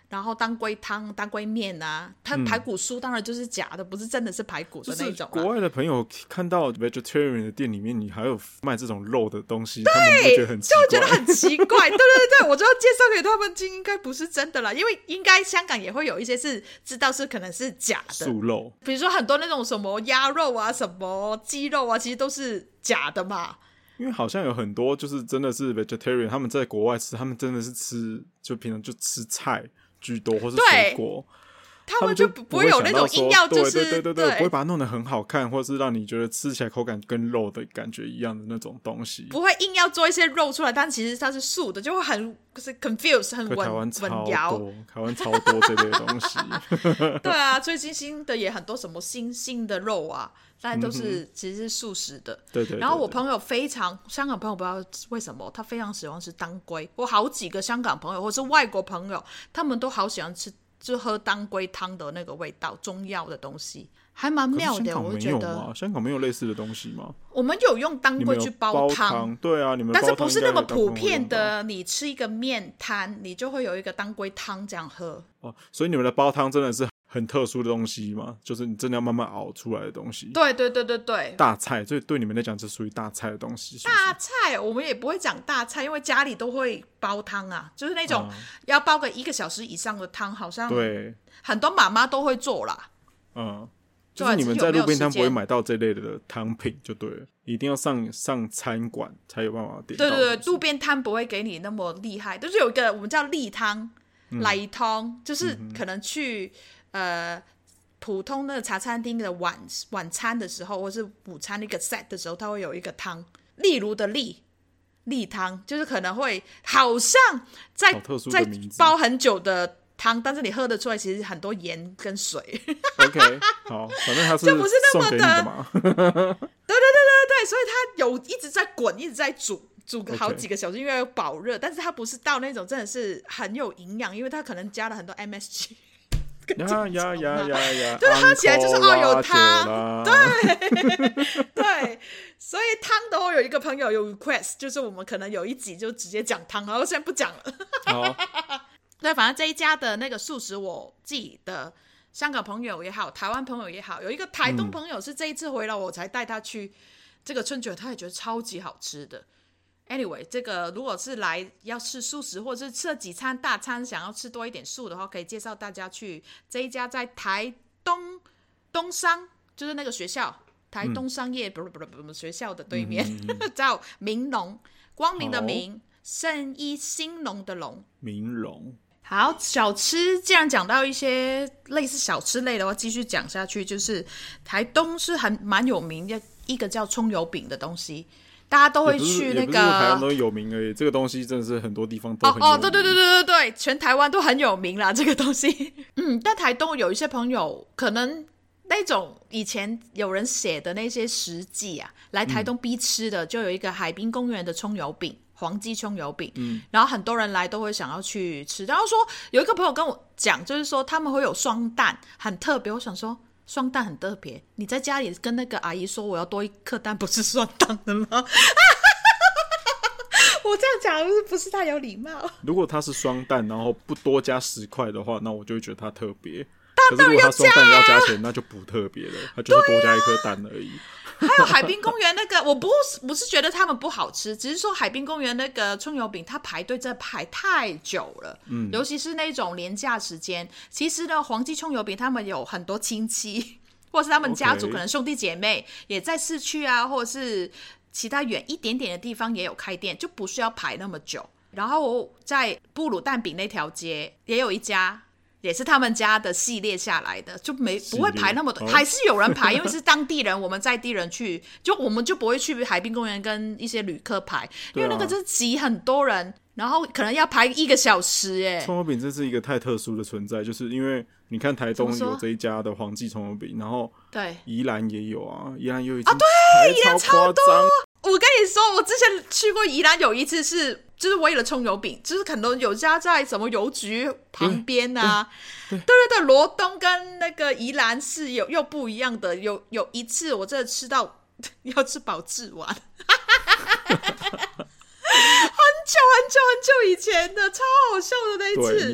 然后当归汤、当归面啊，它排骨酥当然就是假的，不是真的是排骨的那种、啊。 就是国外的朋友看到 vegetarian 的店里面，你还有卖这种肉的东西，他们会觉得很奇怪， 就觉得很奇怪。对对对，我就要介绍给他们听，应该不是真的啦，因为应该香港也会有一些是知道是可能是假的素肉， 比如说很多那种什么鸭肉啊、什么鸡肉啊，其实都是假的嘛。 因为好像有很多就是真的是 vegetarian， 他们在国外吃，他们真的是吃就平常就吃菜居多，或是水果， 他们就不会有那种硬要就是对对对 对, 对不会把它弄得很好看，或是让你觉得吃起来口感跟肉的感觉一样的那种东西， 不会硬要做一些肉出来，但其实它是素的，就会很就是 confuse 很台湾超多， 台湾超多这类的东西。 对啊，最近新的也很多什么新兴的肉啊，但都是、嗯、其实是素食的。 对 对, 对, 对。 然后我朋友非常香港朋友不知道为什么他非常喜欢吃当归，我好几个香港朋友或是外国朋友，他们都好喜欢吃。就喝当归汤的那个味道，中药的东西还蛮妙的。我觉得香港没有类似的东西吗？ 我们有用当归去煲汤， 对啊，你们但是不是那么普遍的。你吃一个面摊，你就会有一个当归汤这样喝。 哦，所以你们的煲汤真的是很特殊的东西吗？就是你真的要慢慢熬出来的东西。 对对对对对， 大菜，所以对你们来讲是属于大菜的东西是不是？ 大菜我们也不会讲大菜，因为家里都会煲汤啊，就是那种要煲个一个小时以上的汤，好像对很多妈妈都会做啦。 嗯，就是你们在路边摊不会买到这类的汤品就对了，一定要上上餐馆才有办法点到。 对对对，路边摊不会给你那么厉害，就是有一个我们叫例汤、嗯、来汤，就是可能去、嗯、呃普通的茶餐厅的晚晚餐的时候，或是午餐那个 set 的时候，它会有一个汤，例如的例例汤，就是可能会好像在好特殊的名字， 在煲很久的汤，但是你喝得出来其实很多盐跟水。 OK， 好，反正它是就不是那么的， 送给你的嘛。对对对对对对，所以它有一直在滚，一直在煮。煮个好几个小时，因为要保热，但是它不是到那种真的是很有营养，因为它可能加了很多 M S G。 呀呀呀呀呀！ 对，喝起来就是哦有汤，对对，所以汤的话有一个朋友有 request， 就是我们可能有一集就直接讲汤，然后现在不讲了。 好， 对，反正这一家的那个素食，我自己的香港朋友也好，台湾朋友也好，有一个台东朋友是这一次回来我才带他去这个春卷，他也觉得超级好吃的。Anyway， 这个如果是来要吃素食，或者是吃了几餐大餐，想要吃多一点素的话，可以介绍大家去这一家在台东东商，就是那个学校台东商业、嗯、不是不是不是学校的对面，嗯嗯叫明龙，光明的明，圣一兴隆的隆， 明龙。 好，小吃既然讲到一些类似小吃类的话，继续讲下去，就是台东是很蛮有名的一个叫葱油饼的东西。大家都会去那个，也不是台湾都有名而已。这个东西真的是很多地方都很有名。 哦哦，对对对对对对，全台湾都很有名啦，这个东西。嗯，但台东有一些朋友可能那种以前有人写的那些食记啊，来台东必吃的、嗯、就有一个海滨公园的葱油饼，黄鸡葱油饼。嗯，然后很多人来都会想要去吃。然后说有一个朋友跟我讲，就是说他们会有双蛋，很特别。我想说。双蛋很特别，你在家里跟那个阿姨说我要多一颗蛋，不是双蛋的吗？我这样讲是不是太有礼貌？ 如果它是双蛋，然后不多加十块的话，那我就会觉得它特别。 可是如果它双蛋要加钱，那就不特别了，它就是多加一颗蛋而已。 还有海滨公园那个，我不是不是觉得他们不好吃，只是说海滨公园那个葱油饼，它排队真的排太久了，嗯，尤其是那种连假时间。其实呢，黄鸡葱油饼他们有很多亲戚，或是他们家族可能兄弟姐妹也在市区啊，或者是其他远一点点的地方也有开店，就不需要排那么久。然后在布鲁蛋饼那条街也有一家。也是他们家的系列下来的，就没不会排那么多，还是有人排，因为是当地人，我们在地人去，就我们就不会去海滨公园跟一些旅客排，因为那个就是挤很多人，然后可能要排一个小时耶。 葱油饼这是一个太特殊的存在，就是因为你看台东有这一家的黄记葱油饼，然后对宜兰也有啊，宜兰有一啊，对，宜兰超多。我跟你说，我之前去过宜兰，有一次是。就是为了葱油饼，就是可能有家在什么邮局旁边啊，对对 对, 对, 对，罗东跟那个宜兰是有又不一样的。有有一次我真的吃到要吃饱治丸，很久很久很久以前的，超好笑的那一次。 对，你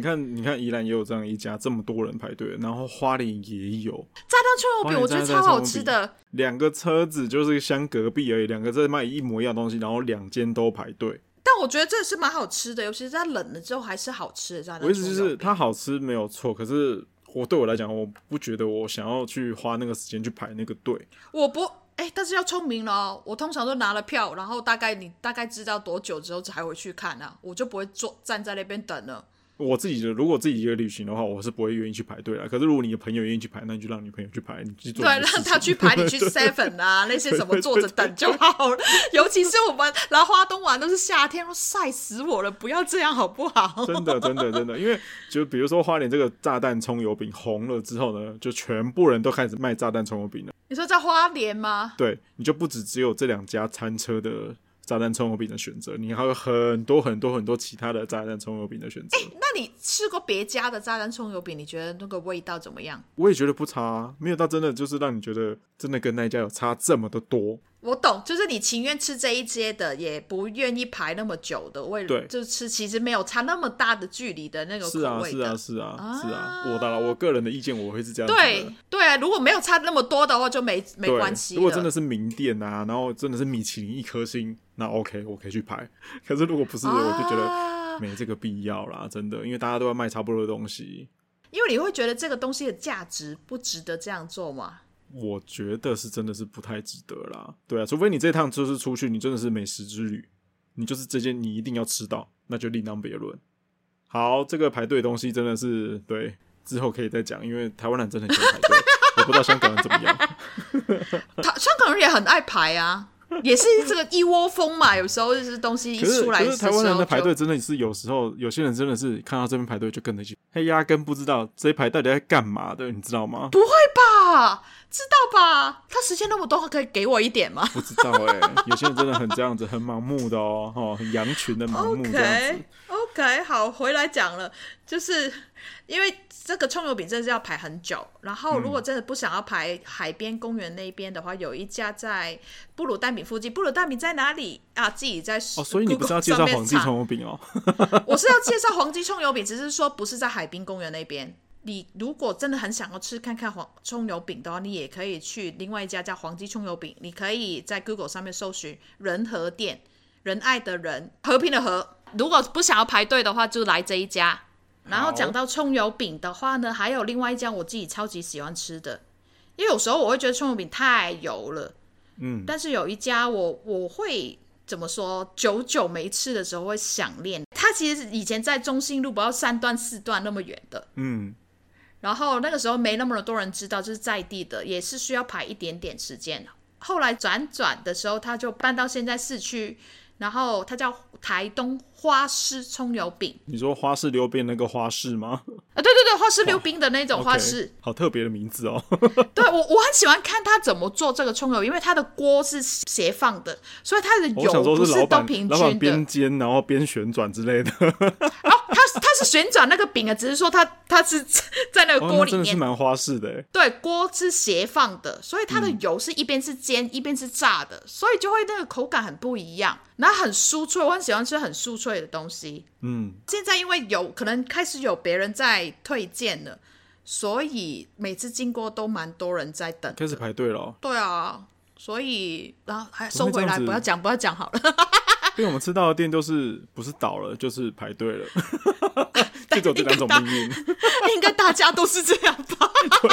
看，你看宜兰也有这样一家这么多人排队，然后花莲也有炸弹葱油饼，我觉得超好吃的。 两个车子就是相隔壁而已，两个在卖一模一样的东西，然后两间都排队。 但我觉得这是蛮好吃的，尤其是它冷了之后还是好吃的炸弹葱油饼。 我意思就是它好吃没有错，可是我对我来讲，我不觉得我想要去花那个时间去排那个队。 我不。哎，但是要聪明了哦。我通常都拿了票，然后大概你大概知道多久之后才回去看啊，我就不会坐站在那边等了。 我自己的，如果自己一个旅行的话，我是不会愿意去排队啦。可是如果你的朋友愿意去排，那你就让你朋友去排，你去做。 对，让他去排，你去 seven 啊那些什么坐着等就好了。尤其是我们来花东玩都是夏天，都晒死我了，不要这样好不好？ 真的，真的，真的，因为就比如说花莲这个炸弹葱油饼红了之后呢，就全部人都开始卖炸弹葱油饼了。 你说在花莲吗？ 对，你就不只只有这两家餐车的炸弹葱油饼的选择，你还有很多很多很多其他的炸弹葱油饼的选择。 哎，那你吃过别家的炸弹葱油饼？你觉得那个味道怎么样？ 我也觉得不差啊，没有到真的就是让你觉得真的跟那一家有差这么的多。 我懂，就是你情愿吃这一街的，也不愿意排那么久的，为了就是吃其实没有差那么大的距离的那个口味的。 是啊，是啊，是啊，是啊。我当然，我个人的意见我会是这样子的。 对对啊，如果没有差那么多的话，就没没关系了。 如果真的是名店啊，然后真的是米其林一颗星，那 OK， 我可以去排。可是如果不是，啊、我就觉得没这个必要啦，真的，因为大家都要卖差不多的东西。 因为你会觉得这个东西的价值不值得这样做吗？ 我觉得是真的是不太值得啦，对啊，除非你这趟就是出去，你真的是美食之旅，你就是这间你一定要吃到，那就另当别论。好，这个排队的东西真的是对，之后可以再讲，因为台湾人真的很喜欢排队，我不知道香港人怎么样。 香港人也很爱排啊。也是这个一窝蜂嘛，有时候就是东西一出来的时候，可是台湾人的排队真的是有时候有些人真的是看到这边排队就跟着去，他压根不知道这一排到底在干嘛的，你知道吗？ 不会吧？知道吧？他时间那么多，可以给我一点吗？ 不知道哎、欸，有些人真的很这样子，很盲目的哦，哦很羊群的盲目这样子。 OK， OK， 好，回来讲了，就是因为这个葱油饼真的是要排很久，然后如果真的不想要排海边公园那边的话，有一家在布鲁丹饼附近。布鲁丹饼在哪里啊？自己在哦，所以你不是要介绍黄记葱油饼哦？ 我是要介绍黄记葱油饼，只是说不是在海滨公园那边。你如果真的很想要吃看看黄葱油饼的话，你也可以去另外一家叫黄记葱油饼。你可以在 Google 上面搜寻仁和店，仁爱的仁，和平的和。如果不想要排队的话，就来这一家。然后讲到葱油饼的话呢，还有另外一家我自己超级喜欢吃的，因为有时候我会觉得葱油饼太油了，嗯，但是有一家我我会怎么说，久久没吃的时候会想念。它其实以前在中信路不要三段四段那么远的，嗯，然后那个时候没那么多人知道，就是在地的，也是需要排一点点时间。后来转转的时候，他就搬到现在市区，然后它叫台东花市葱油饼。 你说花式溜冰那个花式吗？ 啊，对对对，花式溜冰的那种花式， okay，好特别的名字哦。 对，我我很喜欢看他怎么做这个葱油，因为他的锅是斜放的，所以他的油不是都平均的。 老板边煎然后边旋转之类的。 哦，他他是旋转那个饼啊，只是说他他是在那个锅里面，哦，那真的是蛮花式的耶。 对，锅是斜放的，所以它的油是一边是煎，嗯，一边是炸的，所以就会那个口感很不一样，然后很酥脆，我很喜欢吃很酥脆的东西。嗯，现在因为有可能开始有别人在推荐了，所以每次经过都蛮多人在等， 开始排队了，哦。 对啊，所以然后还收回来，不要讲不要讲好了。 因为我们吃到的店都是不是倒了就是排队了，就只有这两种命运。 应该大家都是这样吧？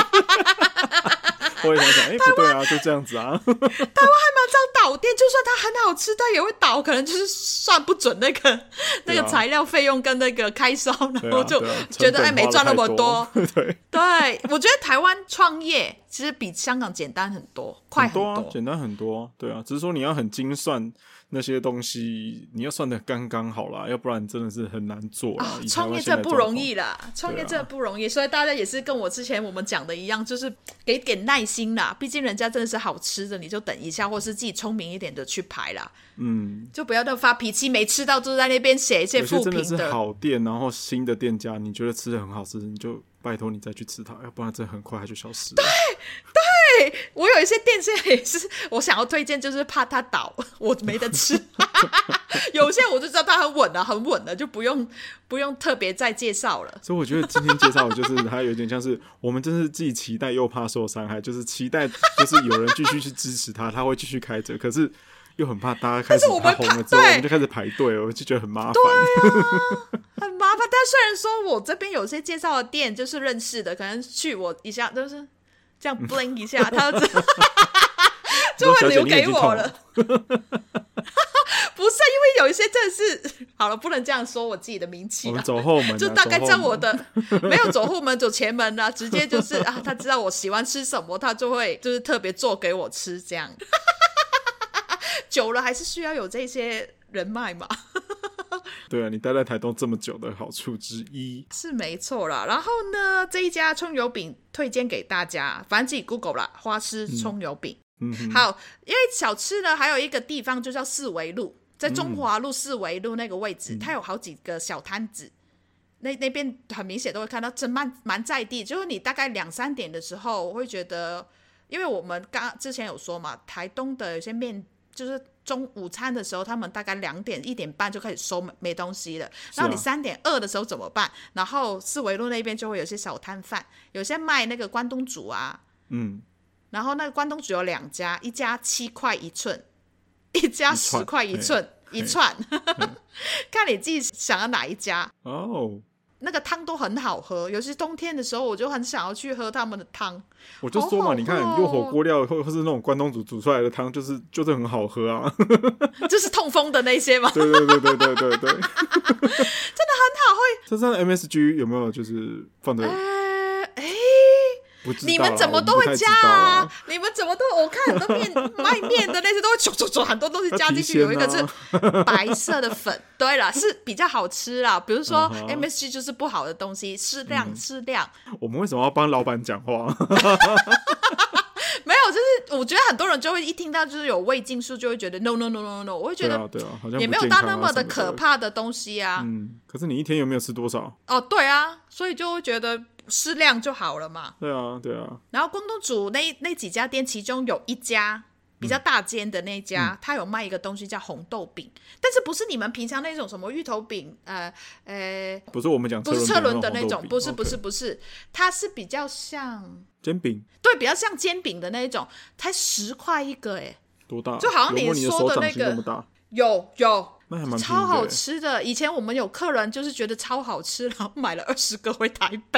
我也想想，哎、欸，不对啊，就这样子啊。台湾还蛮常倒店，就算它很好吃，它也会倒，可能就是算不准那个、啊、那个材料费用跟那个开销，然后就觉得哎、啊啊、没赚那么多。 对， 对，我觉得台湾创业其实比香港简单很多，快很多， 很多啊，简单很多。对啊，只是说你要很精算。那些东西你要算得刚刚好啦，要不然真的是很难做啦。 创、哦、业真的不容易啦，创业真的不容易，所以大家也是跟我之前我们讲的一样，就是给点耐心啦。毕竟人家真的是好吃的，你就等一下，或是自己聪明一点的去排啦。嗯，就不要那发脾气，没吃到就在那边写一些负评的。 有些真的是好店，然后新的店家，你觉得吃的很好吃，你就拜托你再去吃它，要不然真的很快它就消失了。 对对，我有一些店现在也是，我想要推荐，就是怕它倒，我没得吃。 有些我就知道它很稳啊，很稳的，就不用不用特别再介绍了。 所以我觉得今天介绍的就是它有点像是我们真是既期待又怕受伤害，就是期待就是有人继续去支持它，它会继续开着，可是又很怕大家开始它红了之后，我们就开始排队，我就觉得很麻烦。 对啊，很麻烦。但虽然说我这边有些介绍的店就是认识的，可能去我一下都是这样 bling 一下，他就就会留给我了。不是因为有一些真的是好了，不能这样说我自己的名气。 我们走后门、啊， 就大概知道我的没有走后门，走前门啊，直接就是啊，他知道我喜欢吃什么，他就会就是特别做给我吃这样。久了还是需要有这些人脉嘛。 对啊，你待在台东这么久的好处之一是没错啦。然后呢，这一家葱油饼推荐给大家，反正自己 Google 啦，花枝葱油饼。 嗯嗯、 好，因为小吃呢还有一个地方就叫四维路，在中华路四维路那个位置、嗯、它有好几个小摊子，那那边很明显都会看到，真蛮蛮在地。就是你大概两三点的时候，我会觉得，因为我们刚之前有说嘛，台东的有些面就是中午餐的时候，他们大概两点一点半就开始收没东西了。然后你三点饿的时候怎么办？然后四维路那边就会有些小摊贩，有些卖那个关东煮啊， 嗯， 然后那个关东煮有两家，一家七块一寸，一家十块一寸一串，看你自己想要哪一家哦。 那个汤都很好喝，尤其冬天的时候，我就很想要去喝他们的汤。 我就说嘛，哦、你看用火锅料或或是那种关东煮煮出来的汤，就是就是很好喝啊。 就是痛风的那些吗？ 对对对对对对对，真的很好喝。 这上 M S G 有没有就是放在？ 呃，哎。 你们怎么都会加啊？啊你们怎么都我看很多面卖面的那些都会唰唰唰很多东西加进去，啊、有一个是白色的粉，对啦，是比较好吃啦。比如说 M S G 就是不好的东西，适量适量。 我们为什么要帮老板讲话？ 没有，就是我觉得很多人就会一听到就是有味精素，就会觉得 no no no no no， 我会觉得对啊，好像也没有到那么的可怕的东西啊。 嗯，可是你一天有没有吃多少？ 哦，对啊，所以就会觉得适量就好了嘛。 对啊，对啊。 然后关东煮那那几家店，其中有一家比较大间的那家，嗯、他有卖一个东西叫红豆饼，但是不是你们平常那种什么芋头饼，呃呃， 不是我们讲不是车轮的那种，不是 OK 不是不是，它是比较像煎饼， 对，比较像煎饼的那一种，才十块一个，哎， 多大？ 就好像你说的那个， 那有有。 那还蛮超好吃的，以前我们有客人就是觉得超好吃，然后买了二十个回台北。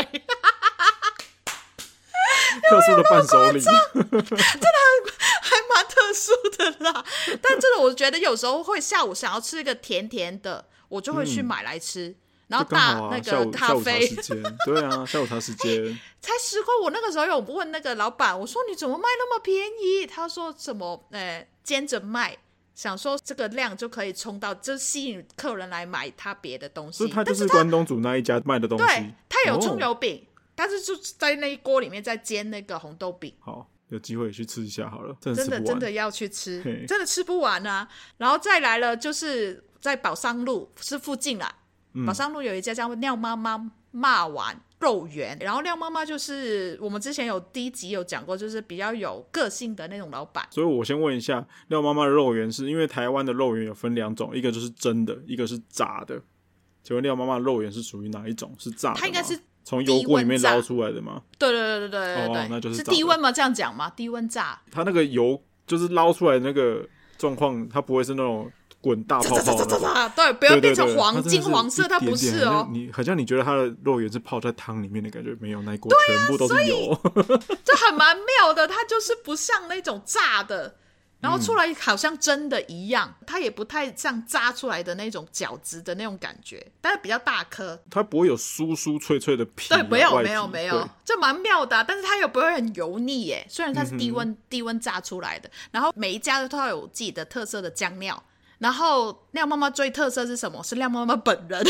特殊的伴手礼， 真的很还蛮特殊的啦。但真的，我觉得有时候会下午想要吃一个甜甜的，我就会去买来吃。嗯、然后大、 啊、 那个咖啡， 下午茶时间，对啊，下午茶时间才十块。我那个时候有问那个老板，我说你怎么卖那么便宜？他说什么？呃，煎着卖。想说这个量就可以冲到，就吸引客人来买他别的东西。 所以他就是关东煮那一家卖的东西。 对，他有葱油饼，哦、但是就在那一锅里面在煎那个红豆饼。 好，有机会去吃一下好了，真的真的真的要去吃，真的吃不完啊！然后再来了，就是在宝商路是附近啦，嗯、宝商路有一家叫廖妈妈骂丸肉圆，然后廖妈妈就是我们之前有第一集有讲过，就是比较有个性的那种老板。 所以我先问一下，廖妈妈的肉圆是因为台湾的肉圆有分两种，一个就是蒸的，一个是炸的。请问廖妈妈的肉圆是属于哪一种？是炸的吗？ 它应该是从油锅里面捞出来的吗？ 对对对对对对对、 哦，那就是是低温吗？这样讲吗？低温炸。 它那个油就是捞出来的那个状况，它不会是那种滚大泡泡的， 对，不要变成黄金黄色，它不是哦。 你好像你觉得它的肉圆是泡在汤里面的感觉，没有，那一锅全部都是油， 这很蛮妙的。它就是不像那种炸的，然后出来好像真的一样，嗯、它也不太像炸出来的那种饺子的那种感觉，但是比较大颗， 它不会有酥酥脆脆的皮、啊。 对，没有没有没有，这蛮妙的、啊。但是它又不会很油腻耶，虽然它是低温、嗯、低温炸出来的，然后每一家都有自己的特色的酱料。然后廖妈妈最特色是什么？是廖妈妈本人。他会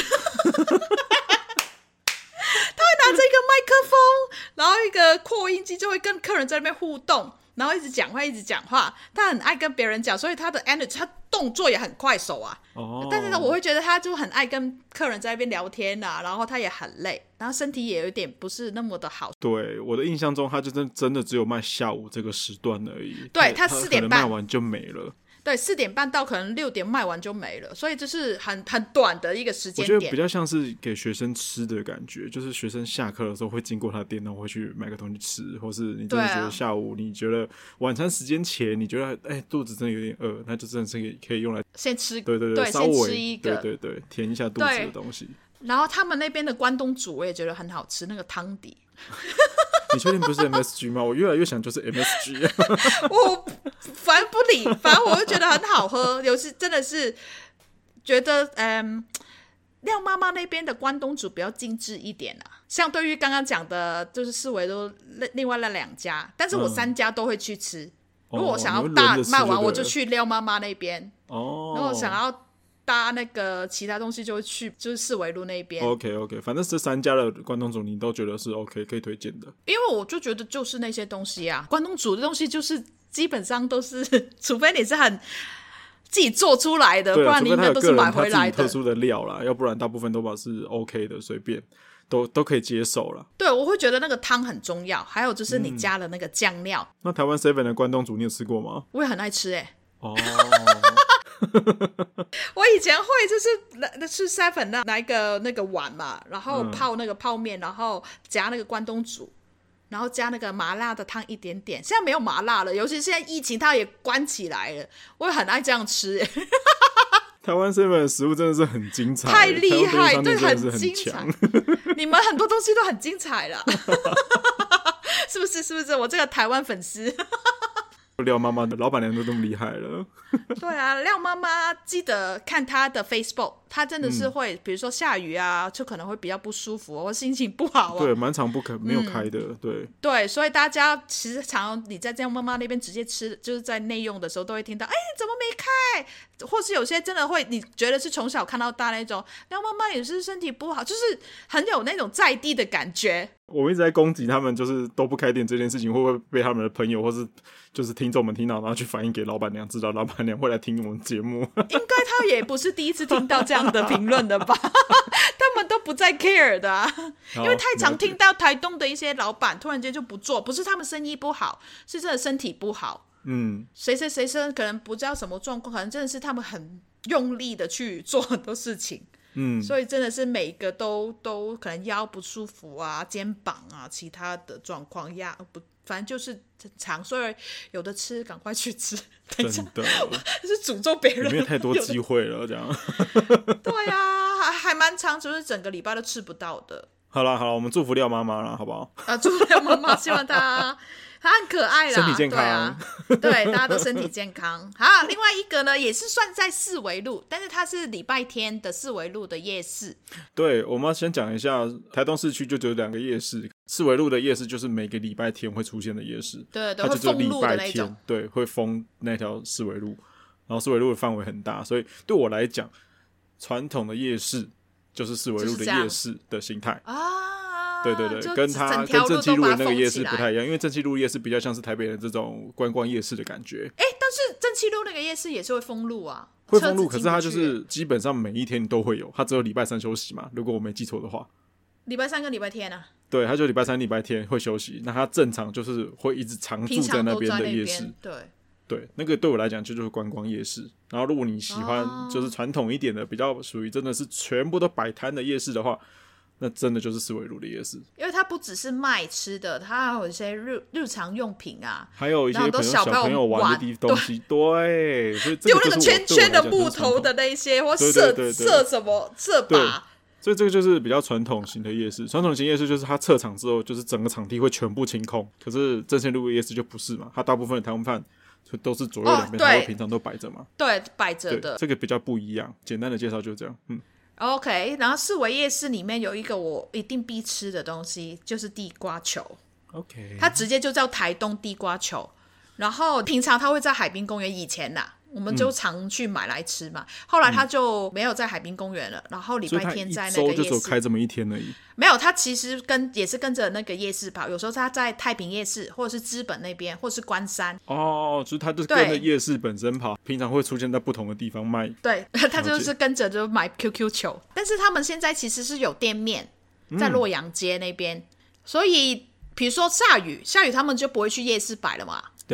拿着一个麦克风，然后一个扩音机，就会跟客人在那边互动，然后一直讲话一直讲话。他很爱跟别人讲，所以他的 energy 他动作也很快手啊、哦、但是呢我会觉得他就很爱跟客人在那边聊天啊，然后他也很累，然后身体也有点不是那么的好。 对，我的印象中他就真的只有卖下午这个时段而已。 对，他四点半卖完就没了。 对，四点半到可能六点卖完就没了，所以这是很很短的一个时间点。 我觉得比较像是给学生吃的感觉，就是学生下课的时候会经过他的店，然后会去买个东西吃，或是你真的觉得下午你觉得晚餐时间前你觉得哎、欸、肚子真的有点饿，那就真的是可以可以用来先吃， 对对 对, 对， 稍微先吃一个， 对对对，填一下肚子的东西。 然后他们那边的关东煮我也觉得很好吃，那个汤底。 你确定不是 M S G 吗？我越来越想就是 M S G 我反正不理，反正我就觉得很好喝，有时真的是觉得嗯，廖妈妈那边的关东煮比较精致一点啊，相对于刚刚讲的就是四维都另外那两家，但是我三家都会去吃、嗯、如果我想要大卖完我就去廖妈妈那边，哦，如果想要搭那个其他东西就会去就是四维路那边。 OK OK， 反正这三家的关东煮你都觉得是 OK 可以推荐的， 因为我就觉得就是那些东西啊，关东煮的东西就是基本上都是除非你是很自己做出来的、啊、不然你应该都是买回来的， 除非他有个人他自己特殊的料啦，要不然大部分都把是 OK 的，随便都都可以接受啦。 对，我会觉得那个汤很重要，还有就是你加了那个酱料、嗯、 那台湾 seven 的关东煮你有吃过吗？ 我也很爱吃耶、欸、 哦我以前会就是吃 seven 那拿一个那个碗嘛，然后泡那个泡面、嗯、然后夹那个关东煮，然后加那个麻辣的汤一点点，现在没有麻辣了，尤其是现在疫情它也关起来了，我也很爱这样吃耶。 台湾 seven 的食物真的是很精彩， 太厉害，对， 很精彩你们很多东西都很精彩啦是不是是不是我这个台湾粉丝廖妈妈的老板娘都这么厉害了对啊，廖妈妈记得看她的 Facebook， 她真的是会、嗯、比如说下雨啊就可能会比较不舒服或心情不好、啊、对， 蛮常不可没有开的、嗯、对对，所以大家其实常常你在廖妈妈那边直接吃，就是在内用的时候都会听到哎怎么没开，或是有些真的会你觉得是从小看到大那种廖妈妈也是身体不好，就是很有那种在地的感觉。 我们一直在攻击他们就是都不开店这件事情，会不会被他们的朋友或是就是听众们听到，然后去反映给老板娘知道，老板娘会来听我们节目应该他也不是第一次听到这样的评论的吧他们都不再 care 的啊，因为太常听到台东的一些老板突然间就不做，不是他们生意不好，是真的身体不好，嗯，谁谁谁生可能不知道什么状况，可能真的是他们很用力的去做很多事情，嗯，所以真的是每一个都都可能腰不舒服啊，肩膀啊，其他的状况压不，反正就是很长，所以有的吃赶快去吃。 真的是诅咒别人， 没有太多机会了这样对啊，还还蛮长，就是整个礼拜都吃不到的。 好了好了，我们祝福廖妈妈了好不好啊，祝福廖妈妈希望她她很可爱啦， 身体健康， 对啊，对，大家都身体健康好，另外一个呢也是算在四维路，但是它是礼拜天的四维路的夜市。对， 我们要先讲一下台东市区就只有两个夜市，四维路的夜市就是每个礼拜天会出现的夜市， 对对， 它就只有礼拜天， 会封路的那种， 对，会封那条四维路，然后四维路的范围很大，所以对我来讲传统的夜市就是四维路的夜市的形态啊，对对对，跟它跟正气路的那个夜市不太一样，因为正气路夜市比较像是台北的这种观光夜市的感觉。 哎，但是正气路那个夜市也是会封路啊， 会封路，可是它就是基本上每一天都会有，它只有礼拜三休息嘛，如果我没记错的话。 礼拜三跟礼拜天啊？对， 它就礼拜三、礼拜天会休息，那它正常就是会一直常住在那边的夜市。 对对，那个对我来讲就就是观光夜市。然后如果你喜欢就是传统一点的，比较属于真的是全部都摆摊的夜市的话，那真的就是四维路的夜市， 因为它不只是卖吃的，它还有一些 日, 日常用品啊， 还有一些朋友小朋友玩的东西，对，所以丢那个圈圈的木头的那一些，或射射什么射靶， 所以这个就是比较传统型的夜市。传统型夜市就是它撤场之后，就是整个场地会全部清空，可是正线路夜市就不是嘛，它大部分的台湾饭都是左右两边，它、哦、平常都摆着嘛， 对，摆着的， 这个比较不一样。简单的介绍就是这样，嗯。 OK， 然后四维夜市里面有一个我一定必吃的东西，就是地瓜球。 OK， 它直接就叫台东地瓜球。然后平常它会在海滨公园，以前啦我们就常去买来吃嘛、嗯、后来它就没有在海滨公园了、嗯、然后礼拜天在那个夜市， 所以它一周就只有开这么一天而已。 没有，它其实跟也是跟着那个夜市跑，有时候它在太平夜市或者是资本那边或者是关山。 哦，就是它就是跟着夜市本身跑，平常会出现在不同的地方卖。 对，它就是跟着就买 Q Q 球。但是他们现在其实是有店面在洛阳街那边、嗯、所以比如说下雨下雨他们就不会去夜市摆了嘛。 对啊，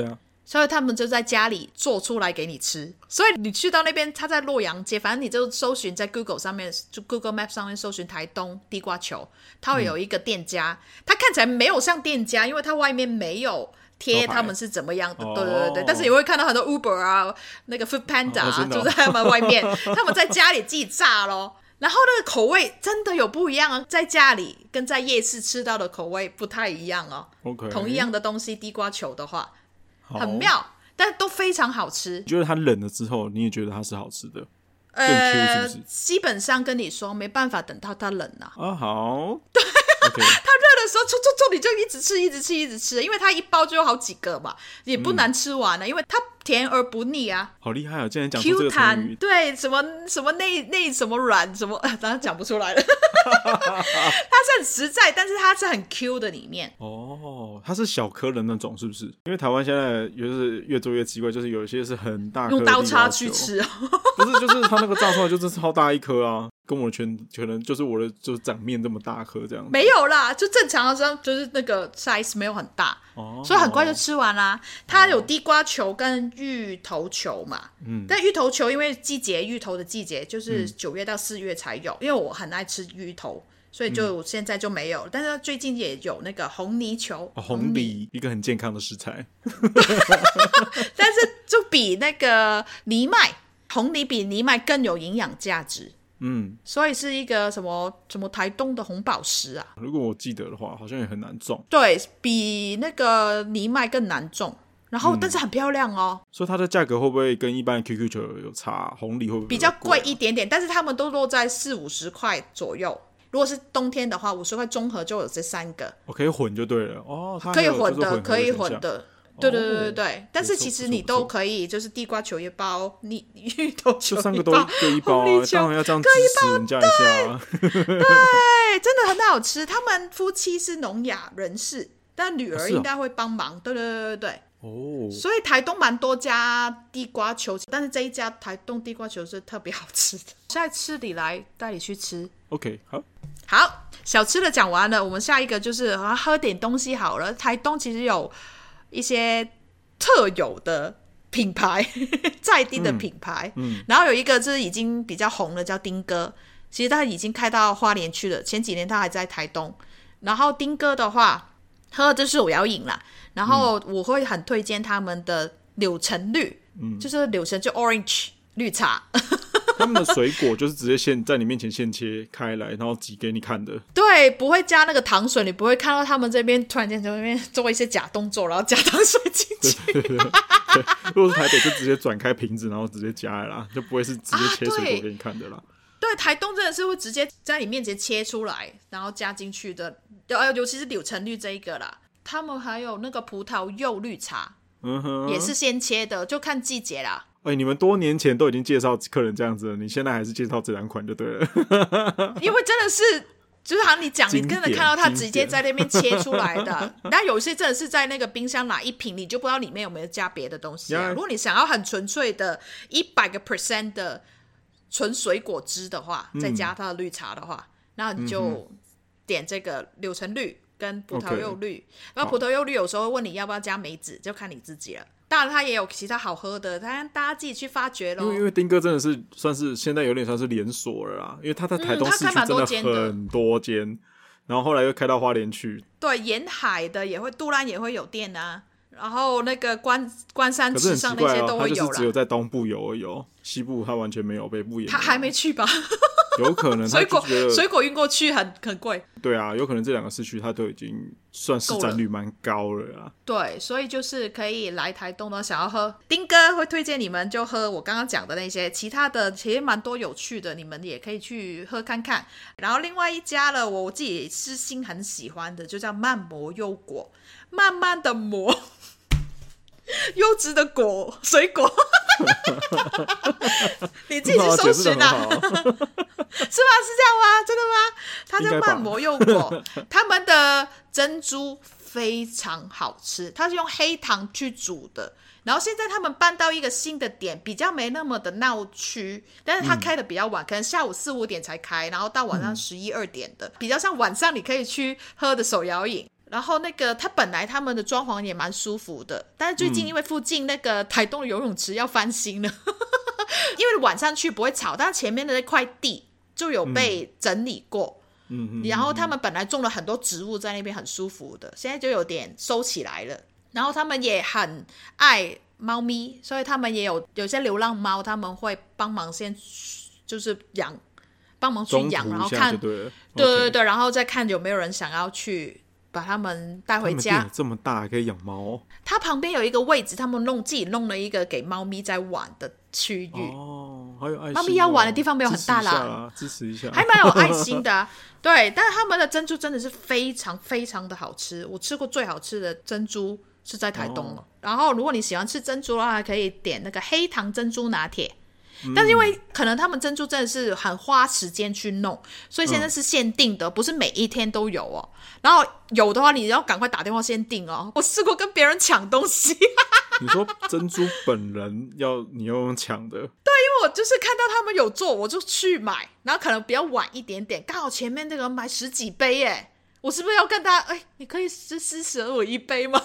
所以他们就在家里做出来给你吃。所以你去到那边，他在洛阳街，反正你就搜寻在 Google 上面，就 Google Map 上面搜寻台东地瓜球，他会有一个店家，他、嗯、看起来没有像店家，因为他外面没有贴他们是怎么样的，对对对对，但是你会看到很多 Uber 啊，那个 Food Panda 啊，哦、就在他们外面，他们在家里自己炸咯。然后那个口味真的有不一样啊，在家里跟在夜市吃到的口味不太一样哦。 Okay. 同一样的东西，地瓜球的话，很妙，但都非常好吃。 你觉得它冷了之后，你也觉得它是好吃的？ 呃， 更 Q 是不是？ 基本上跟你说，没办法等到它冷啊。 啊，好。 对。 Okay. 它热的时候，冲冲冲，你就一直吃，一直吃，一直吃，因为它一包就有好几个嘛，也不难吃完了，嗯、因为它甜而不腻啊。 好厉害啊！竟然讲出这个成语。 对，什么什么内内什么软什么，当然讲不出来了。它是很实在，但是它是很 Q 的里面。 哦，它是小颗的那种，是不是？因为台湾现在就是越做越奇怪，就是有一些是很大颗的用刀叉去吃， 不是，就是它那个炸出来就是超大一颗啊。跟我的拳可能就是我的就是掌面这么大颗这样子， 没有啦，就正常的时候就是那个 size 没有很大，哦、所以很快就吃完啦。它有地瓜球跟芋头球嘛，嗯，但芋头球因为季节芋头的季节就是九月到四月才有，嗯、因为我很爱吃芋头，所以就现在就没有了。但是最近也有那个红泥球， 哦、红梨一个很健康的食材， 但是就比那个藜麦红梨比藜麦更有营养价值。嗯，所以是一个什么什么台东的红宝石啊？ 如果我记得的话，好像也很难种。 对，比那个藜麦更难种，然后、嗯、但是很漂亮哦。 所以它的价格会不会跟一般的 Q Q 球有差？红梨会不会比, 比较贵一点点？但是他们都落在四五十块左右。如果是冬天的话，五十块综合就有这三个。 我、哦、可以混就对了哦，它可以混的， 的可以混的。对对对对对，哦、但是其实你都可以，就是地瓜球一包，你芋头球一包， 这三个都各一包啊，当然要这样支持人家一下、啊。 对，对，真的很好吃。他们夫妻是聋哑人士，但女儿应该会帮忙。哦、对对对对对。哦。所以台东蛮多家地瓜球，但是这一家台东地瓜球是特别好吃的。下一次你来带你去吃。 OK， 好。 好，小吃的讲完了，我们下一个就是喝点东西好了。台东其实有一些特有的品牌在地的品牌、嗯嗯、然后有一个就是已经比较红了叫丁哥，其实他已经开到花莲去了，前几年他还在台东。然后丁哥的话喝的就是手摇饮啦，然后我会很推荐他们的柳橙绿、嗯、就是柳橙就 orange 绿茶他们的水果就是直接现在你面前现切开来，然后挤给你看的。 对，不会加那个糖水，你不会看到他们这边突然间在那边做一些假动作，然后加糖水进去。 对对对对，如果是台北就直接转开瓶子，然后直接加啦，就不会是直接切水果给你看的啦。啊、 对, 对，台东真的是会直接在你面前切出来，然后加进去的，尤其是柳橙绿这一个啦。他们还有那个葡萄柚绿茶，嗯哼，也是先切的，就看季节啦。 哎、欸，你们多年前都已经介绍客人这样子了，你现在还是介绍这两款就对了。 因为真的是，就是好像你讲，你真的看到他直接在那边切出来的。那有些真的是在那个冰箱拿一瓶，你就不知道里面有没有加别的东西啊。Yeah. 如果你想要很纯粹的一百个 percent 的纯水果汁的话，嗯、再加它的绿茶的话，那你就点这个柳橙绿跟葡萄柚绿。Okay. 然后葡萄柚绿有时候会问你要不要加梅子，就看你自己了。当然它也有其他好喝的，大家自己去发掘咯。因为因为丁哥真的是算是现在有点算是连锁了啦，因为他在台东市区真的很多间、嗯、然后后来又开到花莲去。 对，沿海的也会，杜兰也会有店啊，然后那个关关山池上那些都会有啦。可是很奇怪哦，他就是只有在东部有而已哦，西部他完全没有，北部也没有。 他还没去吧？ 有可能水果水果运过去很很贵。 对啊，有可能这两个市区它都已经算市占率蛮高了啊。 对，所以就是可以来台东的想要喝丁哥会推荐你们就喝我刚刚讲的那些，其他的其实蛮多有趣的，你们也可以去喝看看。然后另外一家了，我自己私心很喜欢的就叫慢磨优果，慢慢的磨优质的果水果你自己去搜寻啊是吗？是这样吗？真的吗？它叫慢磨柚果他们的珍珠非常好吃，它是用黑糖去煮的，然后现在他们搬到一个新的点，比较没那么的闹区，但是它开的比较晚、嗯、可能下午四五点才开，然后到晚上十一二点的、嗯、比较像晚上你可以去喝的手摇饮。 然后那个他本来他们的装潢也蛮舒服的，但是最近因为附近那个台东的游泳池要翻新了、嗯、因为晚上去不会吵，但前面的那块地就有被整理过、嗯、然后他们本来种了很多植物在那边很舒服的，现在就有点收起来了。然后他们也很爱猫咪，所以他们也有有些流浪猫他们会帮忙先就是养，帮忙去养，然后看对对对对、okay. 然后再看有没有人想要去把他们带回家。他们店这么大还可以养猫？ 它旁边有一个位置，他们弄自己弄了一个给猫咪在玩的区域。 哦，好有爱心、哦、 猫咪要玩的地方没有很大啦， 支持一下啦，支持一下， 还蛮有爱心的、啊、对，但是他们的珍珠真的是非常非常的好吃，我吃过最好吃的珍珠是在台东了、哦、然后如果你喜欢吃珍珠的话，还可以点那个黑糖珍珠拿铁、嗯、但是因为可能他们珍珠真的是很花时间去弄，所以现在是限定的、嗯、不是每一天都有哦，然后有的话你要赶快打电话先订哦，我试过跟别人抢东西你说珍珠本人要你要用抢的？对，因为我就是看到他们有做我就去买，然后可能比较晚一点点，刚好前面那个买十几杯耶，我是不是要跟他哎，你可以施施舍我一杯吗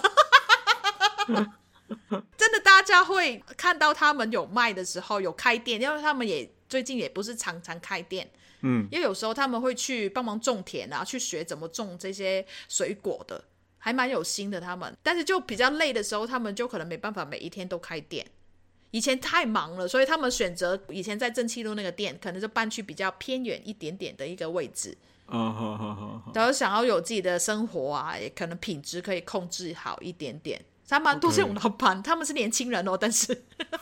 真的大家会看到他们有卖的时候有开店，因为他们也最近也不是常常开店，嗯，因为有时候他们会去帮忙种田啊，去学怎么种这些水果的，还蛮有心的他们，但是就比较累的时候他们就可能没办法每一天都开店，以前太忙了，所以他们选择以前在正气路那个店可能就搬去比较偏远一点点的一个位置，哦，好好好，然后想要有自己的生活啊，也可能品质可以控制好一点点，还蛮多这种老板、okay. 他们是年轻人哦，但是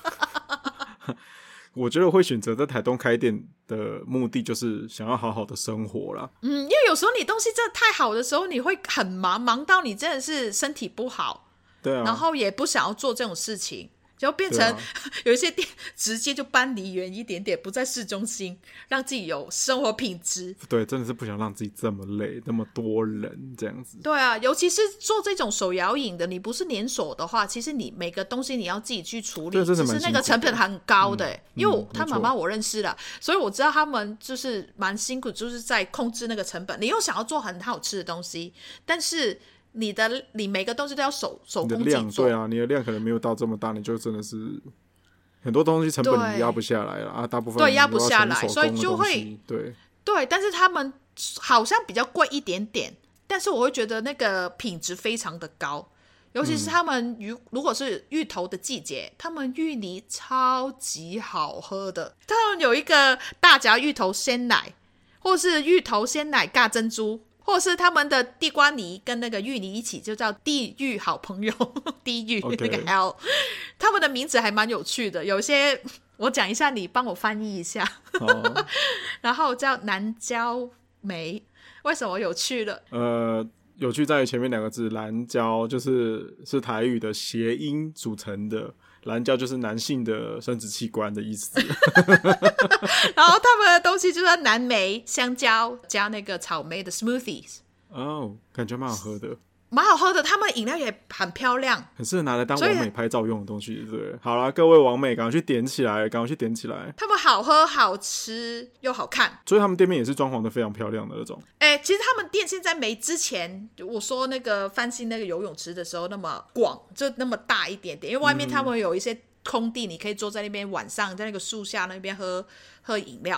我觉得会选择在台东开店的目的就是想要好好的生活啦。 嗯，因为有时候你东西真的太好的时候你会很忙，忙到你真的是身体不好， 对啊， 然后也不想要做这种事情，就变成、啊、有一些店直接就搬离远一点点，不在市中心，让自己有生活品质。 对，真的是不想让自己这么累，那么多人这样子。 对啊，尤其是做这种手摇饮的，你不是连锁的话，其实你每个东西你要自己去处理，其实那个成本很高的、欸嗯、因为我、嗯、他妈妈我认识了，所以我知道他们就是蛮辛苦，就是在控制那个成本。你又想要做很好吃的东西，但是你的你每个东西都要手手工自己做， 你的量，对啊，你的量可能没有到这么大，你就真的是很多东西成本你压不下来了啊，大部分对压不下来，所以就会对对，但是他们好像比较贵一点点，但是我会觉得那个品质非常的高，尤其是他们鱼、嗯、如果是芋头的季节，他们芋泥超级好喝的，他们有一个大甲芋头鲜奶，或是芋头鲜奶尬珍珠，或是他们的地瓜泥跟那个芋泥一起就叫地狱好朋友地狱、okay. 那个 L， 他们的名字还蛮有趣的，有些我讲一下你帮我翻译一下、oh. 然后叫南椒梅，为什么有趣了？ 呃，有趣在于前面两个字蓝椒，就是是台语的谐音组成的，蓝椒就是男性的生殖器官的意思然后他们的东西就是蓝莓、香蕉加那个草莓的 smoothies， 哦，感觉蛮好喝的， 蛮好喝的，他们饮料也很漂亮， 很适合拿来当网美拍照用的东西，对。好啦，各位网美赶快去点起来，赶快去点起来， 他们好喝好吃又好看， 所以他们店面也是装潢的非常漂亮的那种。 哎、欸，其实他们店现在没之前我说那个翻新那个游泳池的时候那么广，就那么大一点点，因为外面他们有一些空地，你可以坐在那边晚上在那个树下那边喝喝饮料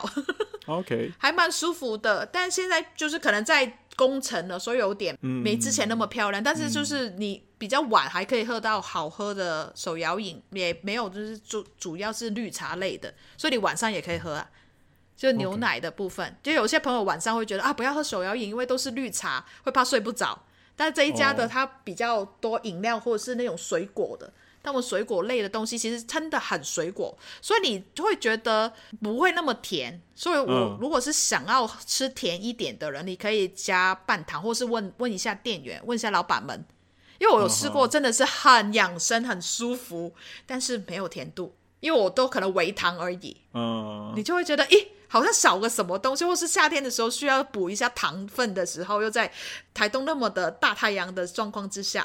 OK 还蛮舒服的，但现在就是可能在工程了，所以有点没之前那么漂亮、嗯、但是就是你比较晚还可以喝到好喝的手摇饮，也没有就是主主要是绿茶类的，所以你晚上也可以喝啊，就牛奶的部分、okay. 就有些朋友晚上会觉得啊不要喝手摇饮，因为都是绿茶会怕睡不着，但是这一家的它比较多饮料或者是那种水果的，他们水果类的东西其实真的很水果，所以你会觉得不会那么甜，所以我如果是想要吃甜一点的人、嗯、你可以加半糖，或是问问一下店员，问一下老板们，因为我有试过真的是很养生很舒服，但是没有甜度，因为我都可能微糖而已、嗯、你就会觉得咦好像少个什么东西，或是夏天的时候需要补一下糖分的时候，又在台东那么的大太阳的状况之下，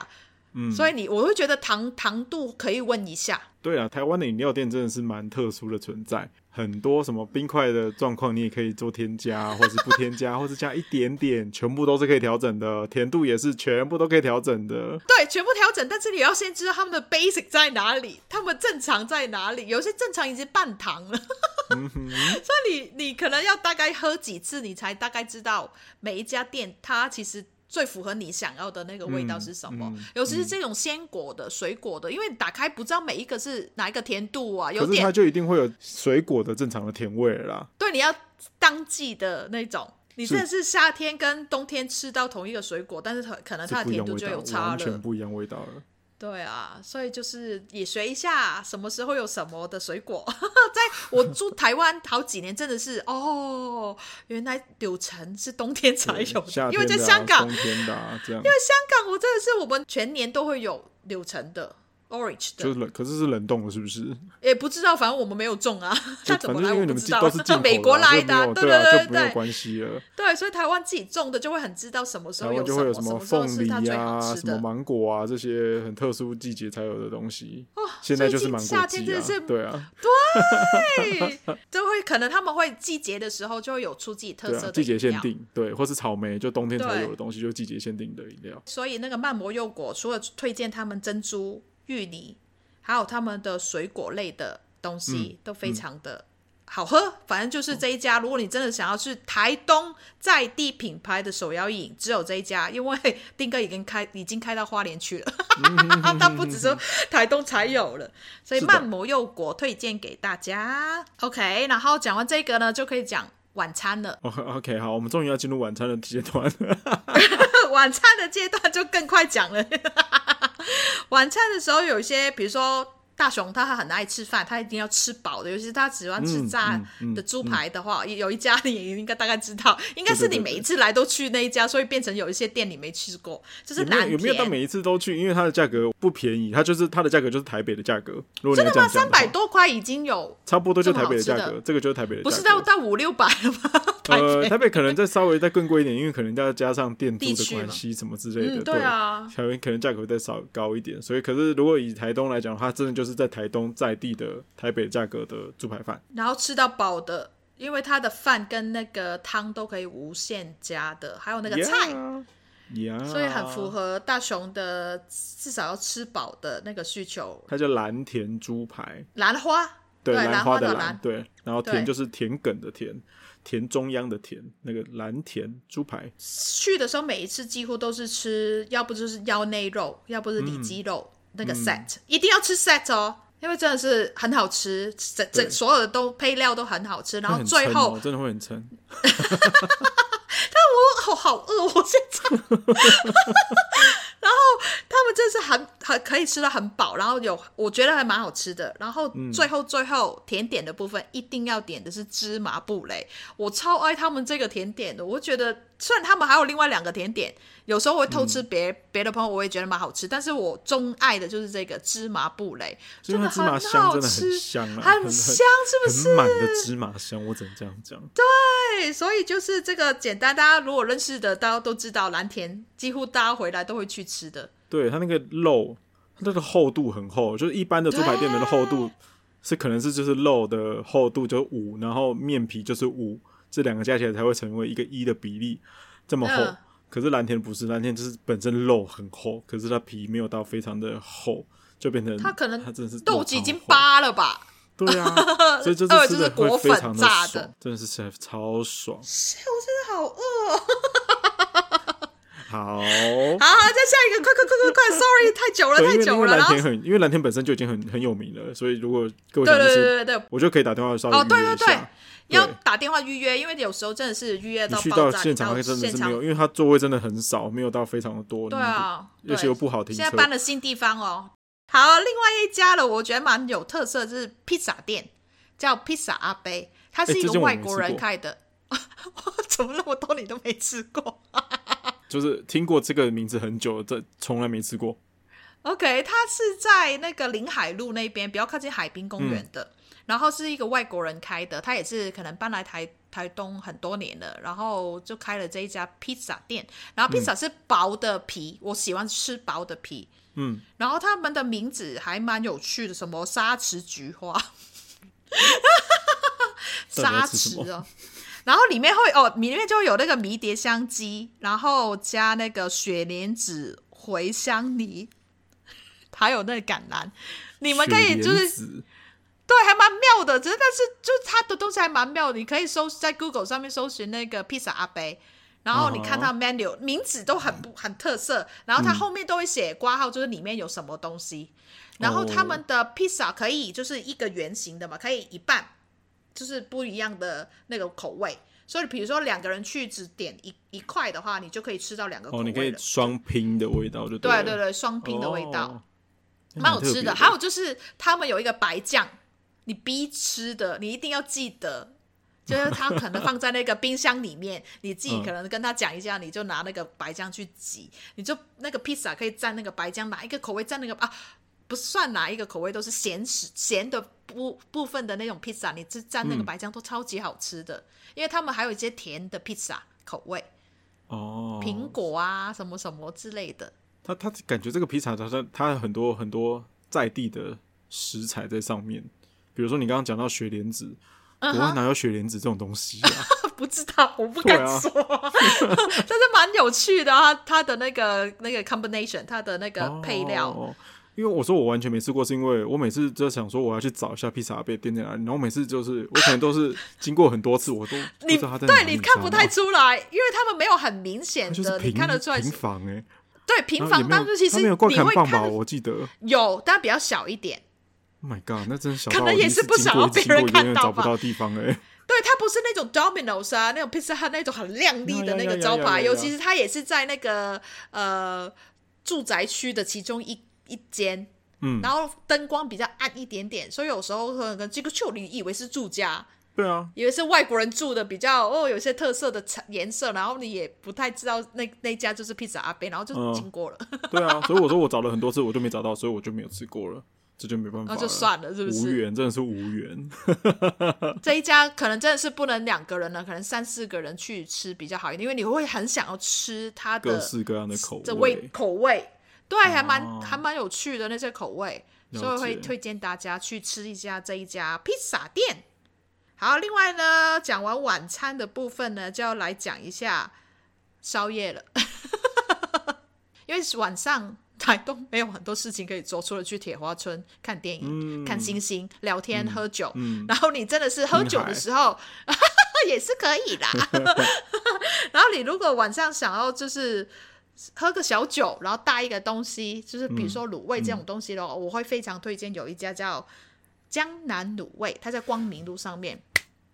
嗯，所以你我会觉得糖糖度可以问一下。 对啊，台湾的饮料店真的是蛮特殊的存在，很多什么冰块的状况你也可以做添加，或是不添加，或是加一点点，全部都是可以调整的，甜度也是全部都可以调整的。 对，全部调整，但是你要先知道他们的 basic 在哪里，他们正常在哪里，有些正常已经半糖了。嗯、所以你你可能要大概喝几次，你才大概知道每一家店它其实最符合你想要的那个味道是什么、嗯嗯、尤其是这种鲜果的、水果的，因为你打开不知道每一个是哪一个甜度啊，有点， 可是它就一定会有水果的正常的甜味了啦。 对，你要当季的那种，你真的是夏天跟冬天吃到同一个水果，但是可能它的甜度就有差了， 完全不一样味道了。 对啊，所以就是也学一下什么时候有什么的水果。在我住台湾好几年，真的是哦，原来柳橙是冬天才有的， 的、啊、 因为在香港， 冬天的、啊、这样， 因为香港我真的是我们全年都会有柳橙的。orange 的， 就是冷，可是是冷冻的，是不是？ 也不知道，反正我们没有种啊，它怎么来我不知道。 都是进口的、啊、 美国来的、啊，对对对对， 就没有关系了。 对，所以台湾自己种的就会很知道什么时候有什么， 台湾就会有什么凤梨啊、 什么芒果啊这些很特殊季节才有的东西。哦，现在就是芒果季啊，夏天真的是对啊， 对，就会可能他们会季节的时候就会有出自己特色的、啊、 季节限定，对，或是草莓，就冬天才有的东西，就季节限定的饮料。 所以那个慢磨柚果，除了推荐他们珍珠、芋泥。还有他们的水果类的东西、嗯、都非常的好喝、嗯、反正就是这一家、嗯、如果你真的想要去台东在地品牌的手摇饮，只有这一家，因为丁哥已经开已经开到花莲去了他不只是台东才有了，所以慢磨柚果推荐给大家。 OK， 然后讲完这个呢就可以讲晚餐了。 OK， 好，我们终于要进入晚餐的阶段晚餐的阶段就更快讲了晚餐的时候有一些，比如说大雄他很爱吃饭，他一定要吃饱的，尤其是他喜欢吃炸的猪排的话、嗯嗯嗯、有一家你也应该大概知道，应该是你每一次来都去那一家，所以变成有一些店你没吃过，就是蓝田。有没有到每一次都去？因为它的价格不便宜，它就是它的价格就是台北的价格。如果你真的吗？三百多块已经有差不多就台北的价格，这个就是台北的价格， 不是到到五六百了吗？ 呃，台北可能再稍微再更贵一点，因为可能要加上店租的关系什么之类的，嗯、 对啊， 对，可能价格会再稍高一点。所以，可是如果以台东来讲的话，真的就是在台东在地的台北价格的猪排饭， 然后吃到饱的，因为它的饭跟那个汤都可以无限加的，还有那个菜。Yeah. Yeah. 所以很符合大雄的至少要吃饱的那个需求。 它叫蓝田猪排， 兰花， 对， 对兰花的兰，对，然后田就是田埂的田，田中央的田，那个蓝田猪排。 去的时候每一次几乎都是吃，要不就是腰内肉，要不是里脊肉、嗯、那个 set、嗯、一定要吃 set 哦，因为真的是很好吃，整所有的都配料都很好吃，然后最后、 哦、真的会很撑但我好好饿，我现在然后他们真是很很可以吃到很饱，然后有我觉得还蛮好吃的，然后最后最后甜点的部分一定要点的是芝麻布蕾，我超爱他们这个甜点的，我觉得虽然他们还有另外两个甜点，有时候我会偷吃别别、嗯、的朋友我也觉得蛮好吃，但是我钟爱的就是这个芝麻布蕾，真的很好吃， 芝麻香真的很香啊， 很香是不是？ 很满的芝麻香，我只能这样讲。 对，所以就是这个简单，大家如果认识的大家都知道，蓝田几乎大家回来都会去吃的。 对，它那个肉它那个厚度很厚，就是一般的猪排店的厚度是可能是就是肉的厚度就是五，然后面皮就是五，这两个加起来才会成为一个一的比例这么厚、嗯、可是蓝田不是，蓝田就是本身肉很厚，可是它皮没有到非常的厚，就变成它可能它真的是豆已经扒了吧。 对啊，所以就是吃的会非常的爽，真的是吃的超爽。我真的好饿哦好， 好，再下一个，快快快快快 ，sorry， 太久了，太久了。因为蓝田很，因为蓝田本身就已经很很有名了，所以如果各位想吃，对对对对，我就可以打电话稍微预约一下。哦，对对对， 要打电话预约，因为有时候真的是预约到爆炸， 你去到现场真的是没有，因为它座位真的很少，没有到非常的多。 对啊， 而且又不好停车。 现在搬了新地方哦。好，另外一家了，我觉得蛮有特色，就是披萨店，叫披萨阿贝，它是一个外国人开的。欸、怎么那么多你都没吃过？ 就是听过这个名字很久，这从来没吃过。 OK， 它是在那个临海路那边，比较靠近海滨公园的、嗯。然后是一个外国人开的，他也是可能搬来台台东很多年了，然后就开了这一家披萨店，然后披萨是薄的皮、嗯、我喜欢吃薄的皮， 嗯， 然后他们的名字还蛮有趣的，什么沙池菊花沙池哦，然后里面会哦，里面就会有那个迷迭香鸡，然后加那个雪莲子、茴香泥，还有那个橄榄，你们可以就是对，还蛮妙的，只是但是就是它的东西还蛮妙的，你可以搜在 Google 上面搜寻那个披萨阿伯，然后你看它 menu、uh-huh. 名字都很很特色，然后它后面都会写括号，就是里面有什么东西、嗯、然后他们的披萨可以就是一个圆形的嘛，可以一半就是不一样的那个口味，所以比如说两个人去只点 一, 一块的话，你就可以吃到两个口味了。哦， 你可以双拼的味道就对了。 对对对，双拼的味道，蛮、哦、好吃的。还有就是他们有一个白酱，你必吃的，你一定要记得，就是他可能放在那个冰箱里面，你自己可能跟他讲一下，你就拿那个白酱去挤，你就那个披萨可以蘸那个白酱，哪一个口味蘸那个啊？不算哪一个口味都是咸咸的部部分的那种披萨，你蘸那个白酱都超级好吃的、嗯、因为他们还有一些甜的披萨口味哦，苹果啊什么什么之类的。 他他感觉这个披萨它它有很多很多在地的食材在上面，比如说你刚刚讲到雪莲子，国外哪有雪莲子这种东西啊？ 不知道，我不敢说，啊、但是蛮有趣的、啊。它的那个那个 combination， 它的那个配料。 哦，因为我说我完全没吃过，是因为我每次就想说我要去找一下披萨阿伯店在哪里，然后每次就是我可能都是经过很多次，我都不知道他在哪里。 对，你看不太出来，因为他们没有很明显的，你看得出来平房哎、欸。 对，平房，但是其实他没有灌砍棒吧？我记得有，但比较小一点。 Oh my god， 那真小到可能也是不想要被人看到吧， 找不到地方哎、欸。 对，它不是那种 Domino's 啊，那种 Pizza Hut 那种很亮丽的那个招牌，尤其是它也是在那个呃住宅区的其中一一间。嗯，然后灯光比较暗一点点，所以有时候可能这个就你以为是住家， 对啊， 以为是外国人住的，比较哦有些特色的颜色，然后你也不太知道那那家就是披萨阿伯，然后就经过了、 嗯。对啊，所以我说我找了很多次，我就没找到，所以我就没有吃过了，这就没办法了， 那就算了，是不是？ 无缘，真的是无缘。 这一家可能真的是不能两个人了，可能三四个人去吃比较好一点，因为你会很想要吃它的各式各样的口味， 这味口味。对，还蛮、哦、还蛮有趣的那些口味，所以会推荐大家去吃一下这一家披萨店。好，另外呢，讲完晚餐的部分呢，就要来讲一下宵夜了。因为晚上台东没有很多事情可以做，除了去铁花村看电影、嗯、看星星、聊天、嗯、喝酒、嗯。然后你真的是喝酒的时候也是可以啦。然后你如果晚上想要就是喝个小酒，然后带一个东西，就是比如说卤味这种东西的话、嗯嗯、我会非常推荐有一家叫江南卤味，它在光明路上面。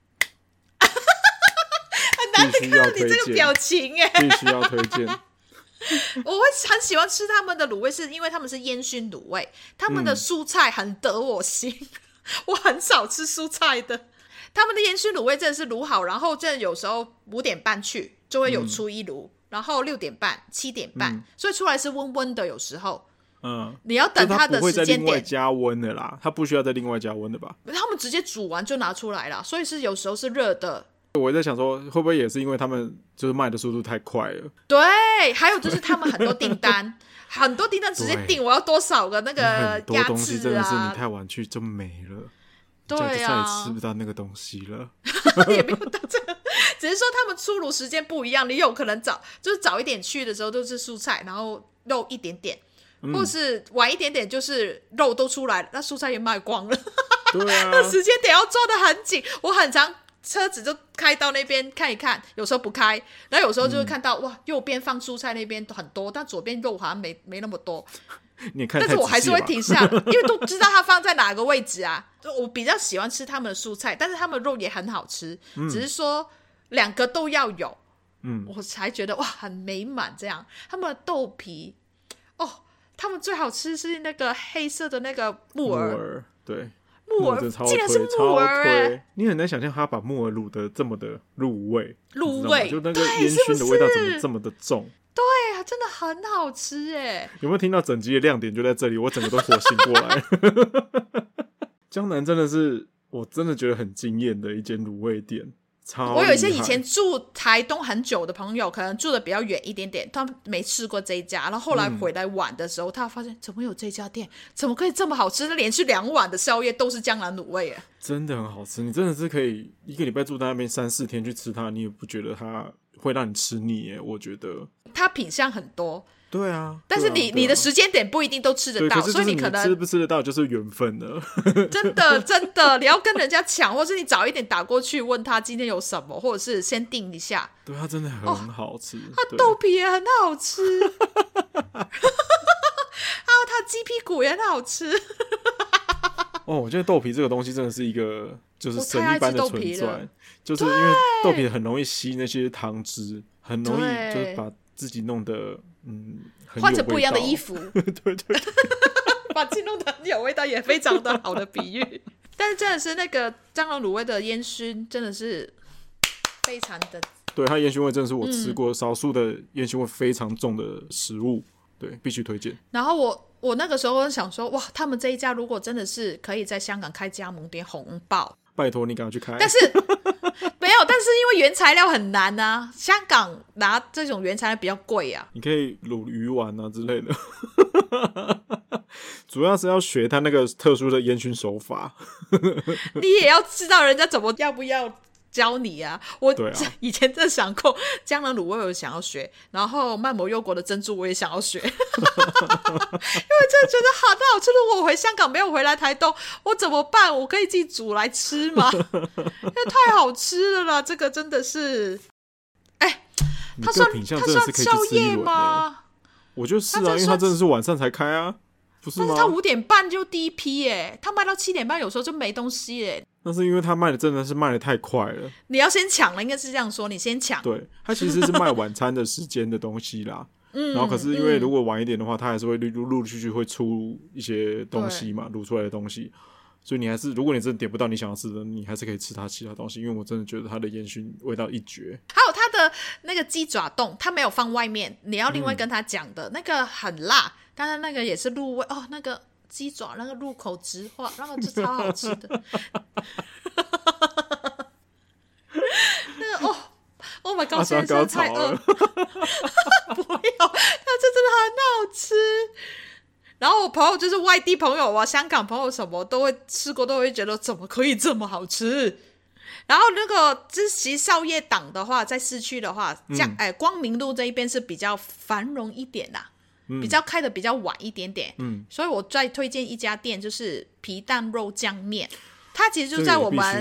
很难看到你这个表情耶， 必须要推荐。 我会很喜欢吃他们的卤味，是因为他们是烟熏卤味，他们的蔬菜很得我心、嗯、我很少吃蔬菜的，他们的烟熏卤味真的是卤好，然后真的有时候五点半去就会有出一炉、嗯，然后六点半、七点半、嗯，所以出来是温温的。有时候，嗯，你要等它的时间点， 不会再另外加温的啦，它不需要再另外加温的吧？ 他们直接煮完就拿出来了，所以是有时候是热的。 我在想说，会不会也是因为他们就是卖的速度太快了？ 对，还有就是他们很多订单，很多订单直接订我要多少个那个鸭翅啊，很多东西真的是你太晚去就没了。 对啊， 再也吃不到那个东西了。 也没有到这个，只是说他们出炉时间不一样，你有可能早就是早一点去的时候都是蔬菜，然后肉一点点、嗯、或是晚一点点就是肉都出来了，那蔬菜也卖光了。 对啊， 那时间点要抓得很紧，我很常车子就开到那边看一看，有时候不开，然后有时候就会看到、嗯、哇，右边放蔬菜那边很多，但左边肉好像没没那么多。 你看， 但是我还是会停下，因为都知道它放在哪个位置啊。我比较喜欢吃他们的蔬菜，但是他们的肉也很好吃、嗯、只是说两个都要有、嗯、我才觉得哇很美满这样。他们的豆皮哦，他们最好吃是那个黑色的那个木耳， 木耳对， 木耳竟然是木耳、欸、 你很难想象他把木耳卤的这么的入味， 入味就那个烟熏的味道怎么这么的重。 对啊，真的很好吃耶！ 有没有听到整集的亮点就在这里？我整个都火醒过来。江南真的是我真的觉得很惊艳的一间卤味店， 我有一些以前住台东很久的朋友，可能住的比较远一点点，他们没吃过这一家，然后后来回来玩的时候、嗯、他发现怎么有这家店，怎么可以这么好吃，连续两碗的宵夜都是江南卤味耶， 真的很好吃。你真的是可以一个礼拜住在那边三四天去吃它，你也不觉得它会让你吃腻耶。我觉得它品相很多， 对啊， 但是你、啊啊、你的时间点不一定都吃得到，所以你可能吃不吃得到就是缘分了。 真的真的，你要跟人家抢，或是你早一点打过去问他今天有什么，或者是先订一下。 对，它真的很好吃， 它、哦、豆皮也很好吃，还有它鸡屁股也很好吃。 哦，我觉得豆皮这个东西真的是一个就是神一般的存在，就是因为豆皮很容易吸那些汤汁，很容易就是把自己弄得嗯很有味道， 换成不一样的衣服。 对对对， 把自己弄得很有味道，也非常的好的比喻。但是真的是那个蟑螂卤味的烟熏真的是非常的， 对，它烟熏味真的是我吃过少数的烟熏味非常重的食物，对，必须推荐。 然后我我那个时候想说，哇，他们这一家如果真的是可以在香港开加盟店，红爆！ 拜托你赶快去开。 但是没有，但是因为原材料很难啊，香港拿这种原材料比较贵啊。 你可以卤鱼丸啊之类的，主要是要学他那个特殊的烟熏手法。 你也要知道人家怎么要不要教你啊。我啊以前真的想过江南卤味我想要学，然后曼摩优国的珍珠我也想要学。因为真的觉得好好吃，如果我回香港没有回来台东我怎么办？我可以自己煮来吃吗？因为太好吃了啦，这个真的是哎，它算它算宵夜吗？ 我觉得是啊，因为它真的是晚上才开啊，不是吗？ 但是它五点半就第一批耶，它卖到七点半有时候就没东西耶。 那是因为他卖的真的是卖的太快了， 你要先抢了，应该是这样说，你先抢。 对，他其实是卖晚餐的时间的东西啦。嗯，然后可是因为如果晚一点的话，他还是会陆陆续续会出一些东西嘛，卤出来的东西，所以你还是如果你真的点不到你想要吃的，你还是可以吃它其他东西，因为我真的觉得它的烟熏味道一绝。 还有它的那个鸡爪冻，它没有放外面，你要另外跟他讲的、嗯、那个很辣，但是那个也是入味哦，那个鸡爪那个入口直化，那个就超好吃的。那个哦 ，Oh my God， 现在真的太饿了。不要，它这真的很好吃。然后我朋友就是外地朋友啊，香港朋友什么都会吃过，都会觉得怎么可以这么好吃。然后那个就是其实宵夜档的话，在市区的话，像、嗯哎、光明路这一边是比较繁荣一点啦。嗯、比较开的比较晚一点点、嗯、所以我再推荐一家店，就是皮蛋肉酱面，它其实就在我们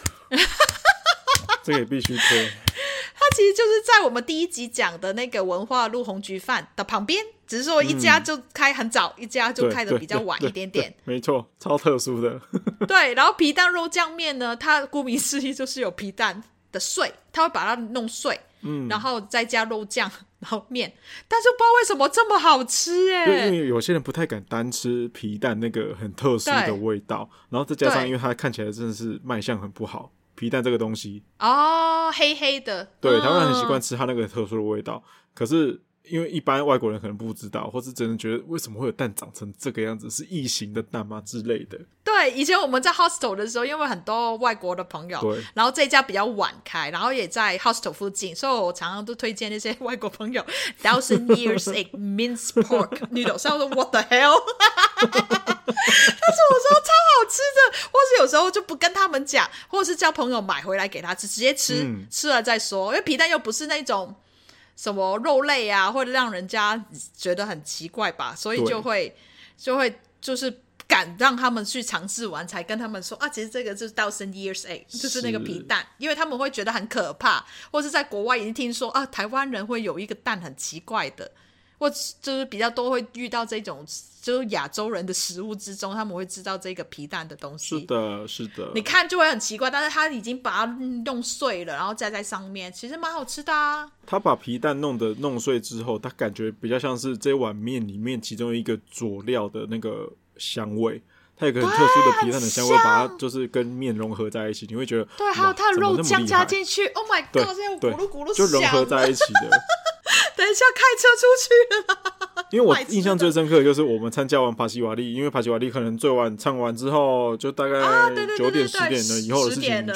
这个也必须推。 它其实就是在我们第一集讲的那个文化路红菊饭的旁边，只是说一家就开很早、嗯、一家就开的比较晚一点点， 没错，超特殊的。 对，然后皮蛋肉酱面呢，它顾名思义就是有皮蛋的碎，它会把它弄碎、嗯、然后再加肉酱然后面，但是不知道为什么这么好吃耶。 对，因为有些人不太敢单吃皮蛋那个很特殊的味道，然后再加上因为它看起来真的是卖相很不好，皮蛋这个东西哦，黑黑的， 对，台湾人很习惯吃它那个特殊的味道、嗯、可是因为一般外国人可能不知道，或是真的觉得为什么会有蛋长成这个样子，是异形的蛋吗之类的。 对，以前我们在 hostel 的时候，因为很多外国的朋友，对，然后这一家比较晚开，然后也在 hostel 附近，所以我常常都推荐那些外国朋友 thousand years egg minced pork noodles， 所以我说 what the hell 但是我说超好吃的，或是有时候就不跟他们讲，或者是叫朋友买回来给他吃，直接吃、嗯、吃了再说，因为皮蛋又不是那种什么肉类啊，或者让人家觉得很奇怪吧，所以就会就会就是敢让他们去尝试完，才跟他们说啊，其实这个就是 thousand years egg， 就是那个皮蛋，因为他们会觉得很可怕，或是在国外已经听说啊，台湾人会有一个蛋很奇怪的，或就是比较多会遇到这种就是亚洲人的食物之中，他们会知道这个皮蛋的东西。 是的是的， 你看就会很奇怪，但是他已经把它弄碎了，然后再在上面，其实蛮好吃的啊。 他把皮蛋弄得弄碎之后，他感觉比较像是这碗面里面其中一个佐料的那个香味，它有一个很特殊的皮蛋的香味，把它就是跟面融合在一起，你会觉得对，还有它的肉酱加进去 ，Oh my God， 现在有咕噜咕噜就融合在一起的。 等一下开车出去了。 因为我印象最深刻的就是我们参加完帕西瓦利，因为帕西瓦利可能最晚唱完之后就大概九点十点了以后的事情，你就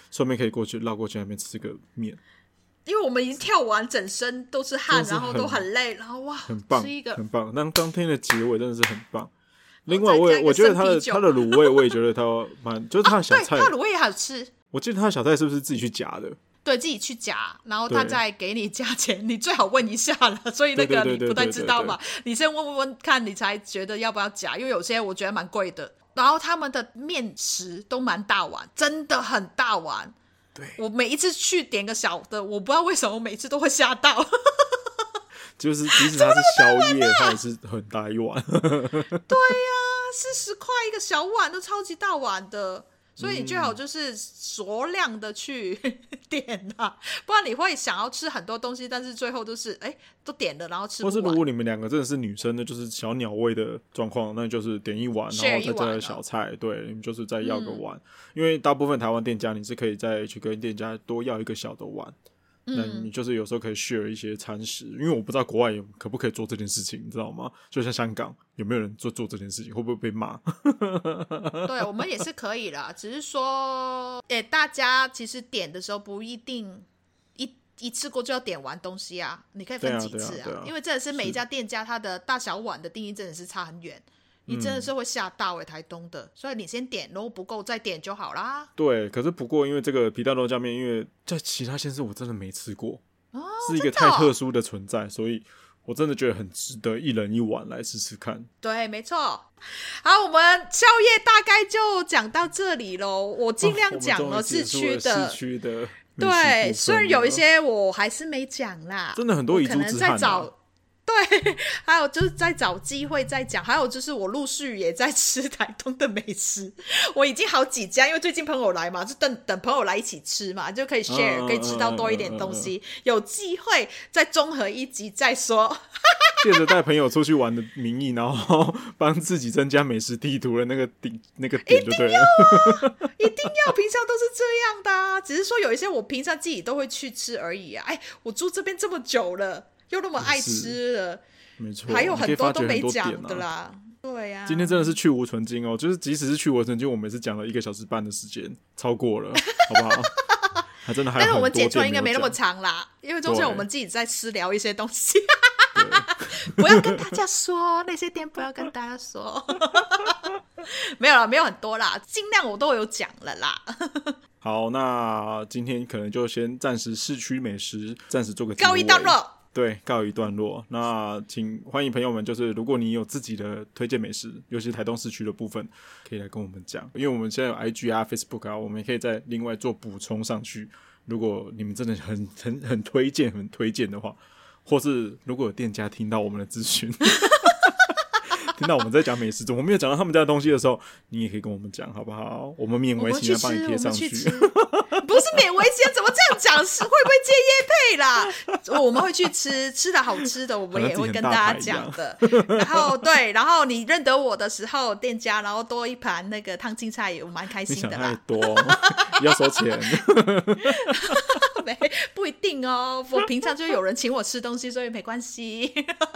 顺便可以过去绕过去那边吃个面。 因为我们已经跳完，整身都是汗，然后都很累，然后哇， 很棒， 吃一个很棒。那当天的结尾真的是很棒。另外我也，我我觉得他的他的卤味，我也觉得他蛮，就是他的小菜， 啊、他的卤味也好吃。 我记得他的小菜是不是自己去夹的？ 对，自己去夹，然后他再给你加钱，你最好问一下了。所以那个你不太知道嘛，你先问问看，你才觉得要不要夹，因为有些我觉得蛮贵的。然后他们的面食都蛮大碗，真的很大碗。 对， 我每一次去点个小的，我不知道为什么我每次都会吓到。 就是即使它是宵夜，它也是很大一碗。 对呀、啊，四十块一个小碗，都超级大碗的。所以你最好就是酌量的去点啊，不然你会想要吃很多东西，但是最后都是哎都点了，然后吃不完。 或是如果你们两个真的是女生的，就是小鸟胃的状况，那就是点一碗，然后再加小菜，对，你们就是再要个碗、嗯，因为大部分台湾店家你是可以再去跟店家多要一个小的碗。那你就是有时候可以 share 一些餐食，因为我不知道国外有可不可以做这件事情，你知道吗？就像香港有没有人做做这件事情，会不会被骂？ 对，我们也是可以啦，只是说，欸，大家其实点的时候不一定一一次过就要点完东西啊，你可以分几次 啊, 啊, 啊, 啊，因为真的是每一家店家它的大小碗的定义真的是差很远。你真的是会吓到欸、台东的，所以你先点，如果不够再点就好啦。 对，可是不过因为这个皮蛋肉酱面，因为在其他县市我真的没吃过、 哦、 是一个太特殊的存在、哦，所以我真的觉得很值得一人一碗来试试看。 对，没错。好，我们宵夜大概就讲到这里咯，我尽量讲了市区的， 市区的。 对，虽然有一些我还是没讲啦， 真的很多遗珠之憾、啊、 可能在找。对，还有就是在找机会再讲，还有就是我陆续也在吃台东的美食，我已经好几家，因为最近朋友来嘛，就等等朋友来一起吃嘛，就可以 share、嗯、可以吃到多一点东西、嗯嗯嗯、有机会再综合一集再说。 借着带朋友出去玩的名义，然后帮自己增加美食地图的那个点那个点就对了。 一定要啊，一定要，平常都是这样的啊，只是说有一些我平常自己都会去吃而已啊。哎，我住这边这么久了，又那么爱吃了， 没错， 还有很多都没讲的啦。对呀、啊， 今天真的是去无存精哦，就是即使是去无存精，我们也是讲了一个小时半的时间，超过了，好不好？还真的还有很多店没有讲，但是我们剪出来应该没那么长啦，因为中间我们自己在私聊一些东西。不要跟大家说，那些店不要跟大家说。没有啦，没有很多啦，尽量我都有讲了啦。 好，那今天可能就先暂时市区美食暂时做个告一段落。 对，告一段落。那请欢迎朋友们，就是如果你有自己的推荐美食，尤其是台东市区的部分，可以来跟我们讲，因为我们现在有 I G 啊 Facebook 啊，我们也可以再另外做补充上去。如果你们真的很很很推荐很推荐的话，或是如果有店家听到我们的资讯听到我们在讲美食，我没有讲到他们家的东西的时候，你也可以跟我们讲好不好？我们勉为其难帮你贴上去。 不是勉为其难，怎么这样讲？是会不会接业配啦？我们会去吃，吃的好吃的，我们也会跟大家讲的。然后对，然后你认得我的时候，店家然后多一盘那个烫青菜，也蛮开心的啦。 你想太多，要收钱。 没不一定哦，我平常就有人请我吃东西，所以没关系。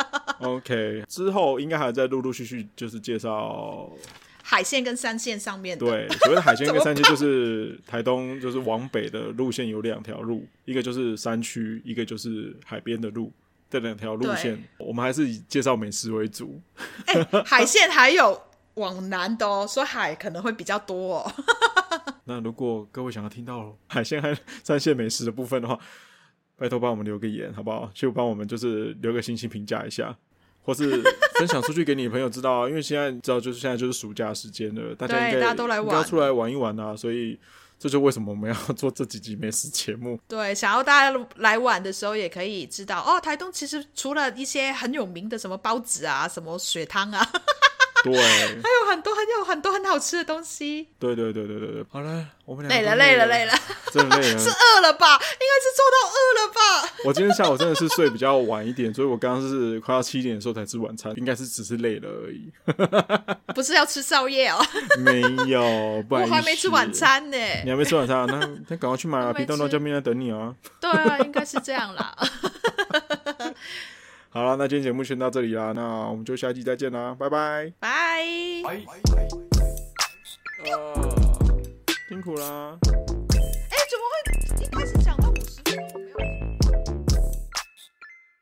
OK， 之后应该还在陆陆续续就是介绍海线跟山线上面的。 对，所谓的海线跟山线就是台东就是往北的路线有两条路，一个就是山区，一个就是海边的路。这两条路线我们还是以介绍美食为主。 欸、海线还有往南的哦，所以海可能会比较多哦。 那如果各位想要听到海线和山线美食的部分的话，拜托帮我们留个言好不好？就帮我们就是留个星星评价一下，或是分享出去给你的朋友知道、啊、因为现在知道就是现在就是暑假时间了，大家应该大家都来玩， 要出来玩一玩啊，所以这就为什么我们要做这几集美食节目。 对，想要大家来玩的时候也可以知道哦，台东其实除了一些很有名的什么包子啊，什么雪汤啊， 对， 还有很多很有很多很好吃的东西。 对对对对对对，好了，我们累了累了累了， 真的累了， 是饿了吧？应该是做到饿了吧？ 我今天下午真的是睡比较晚一点，所以我刚刚是快要七点的时候才吃晚餐，应该是只是累了而已。 不是要吃宵夜哦？ 没有，不好意思， 我还没吃晚餐呢。 你还没吃晚餐、啊？那那赶快去买啊！皮蛋肉酱面在等你啊！ 对啊，应该是这样啦。 好了，那今天节目先到这里啦，那我们就下一集再见啦，拜拜， 拜， 呃，辛苦啦。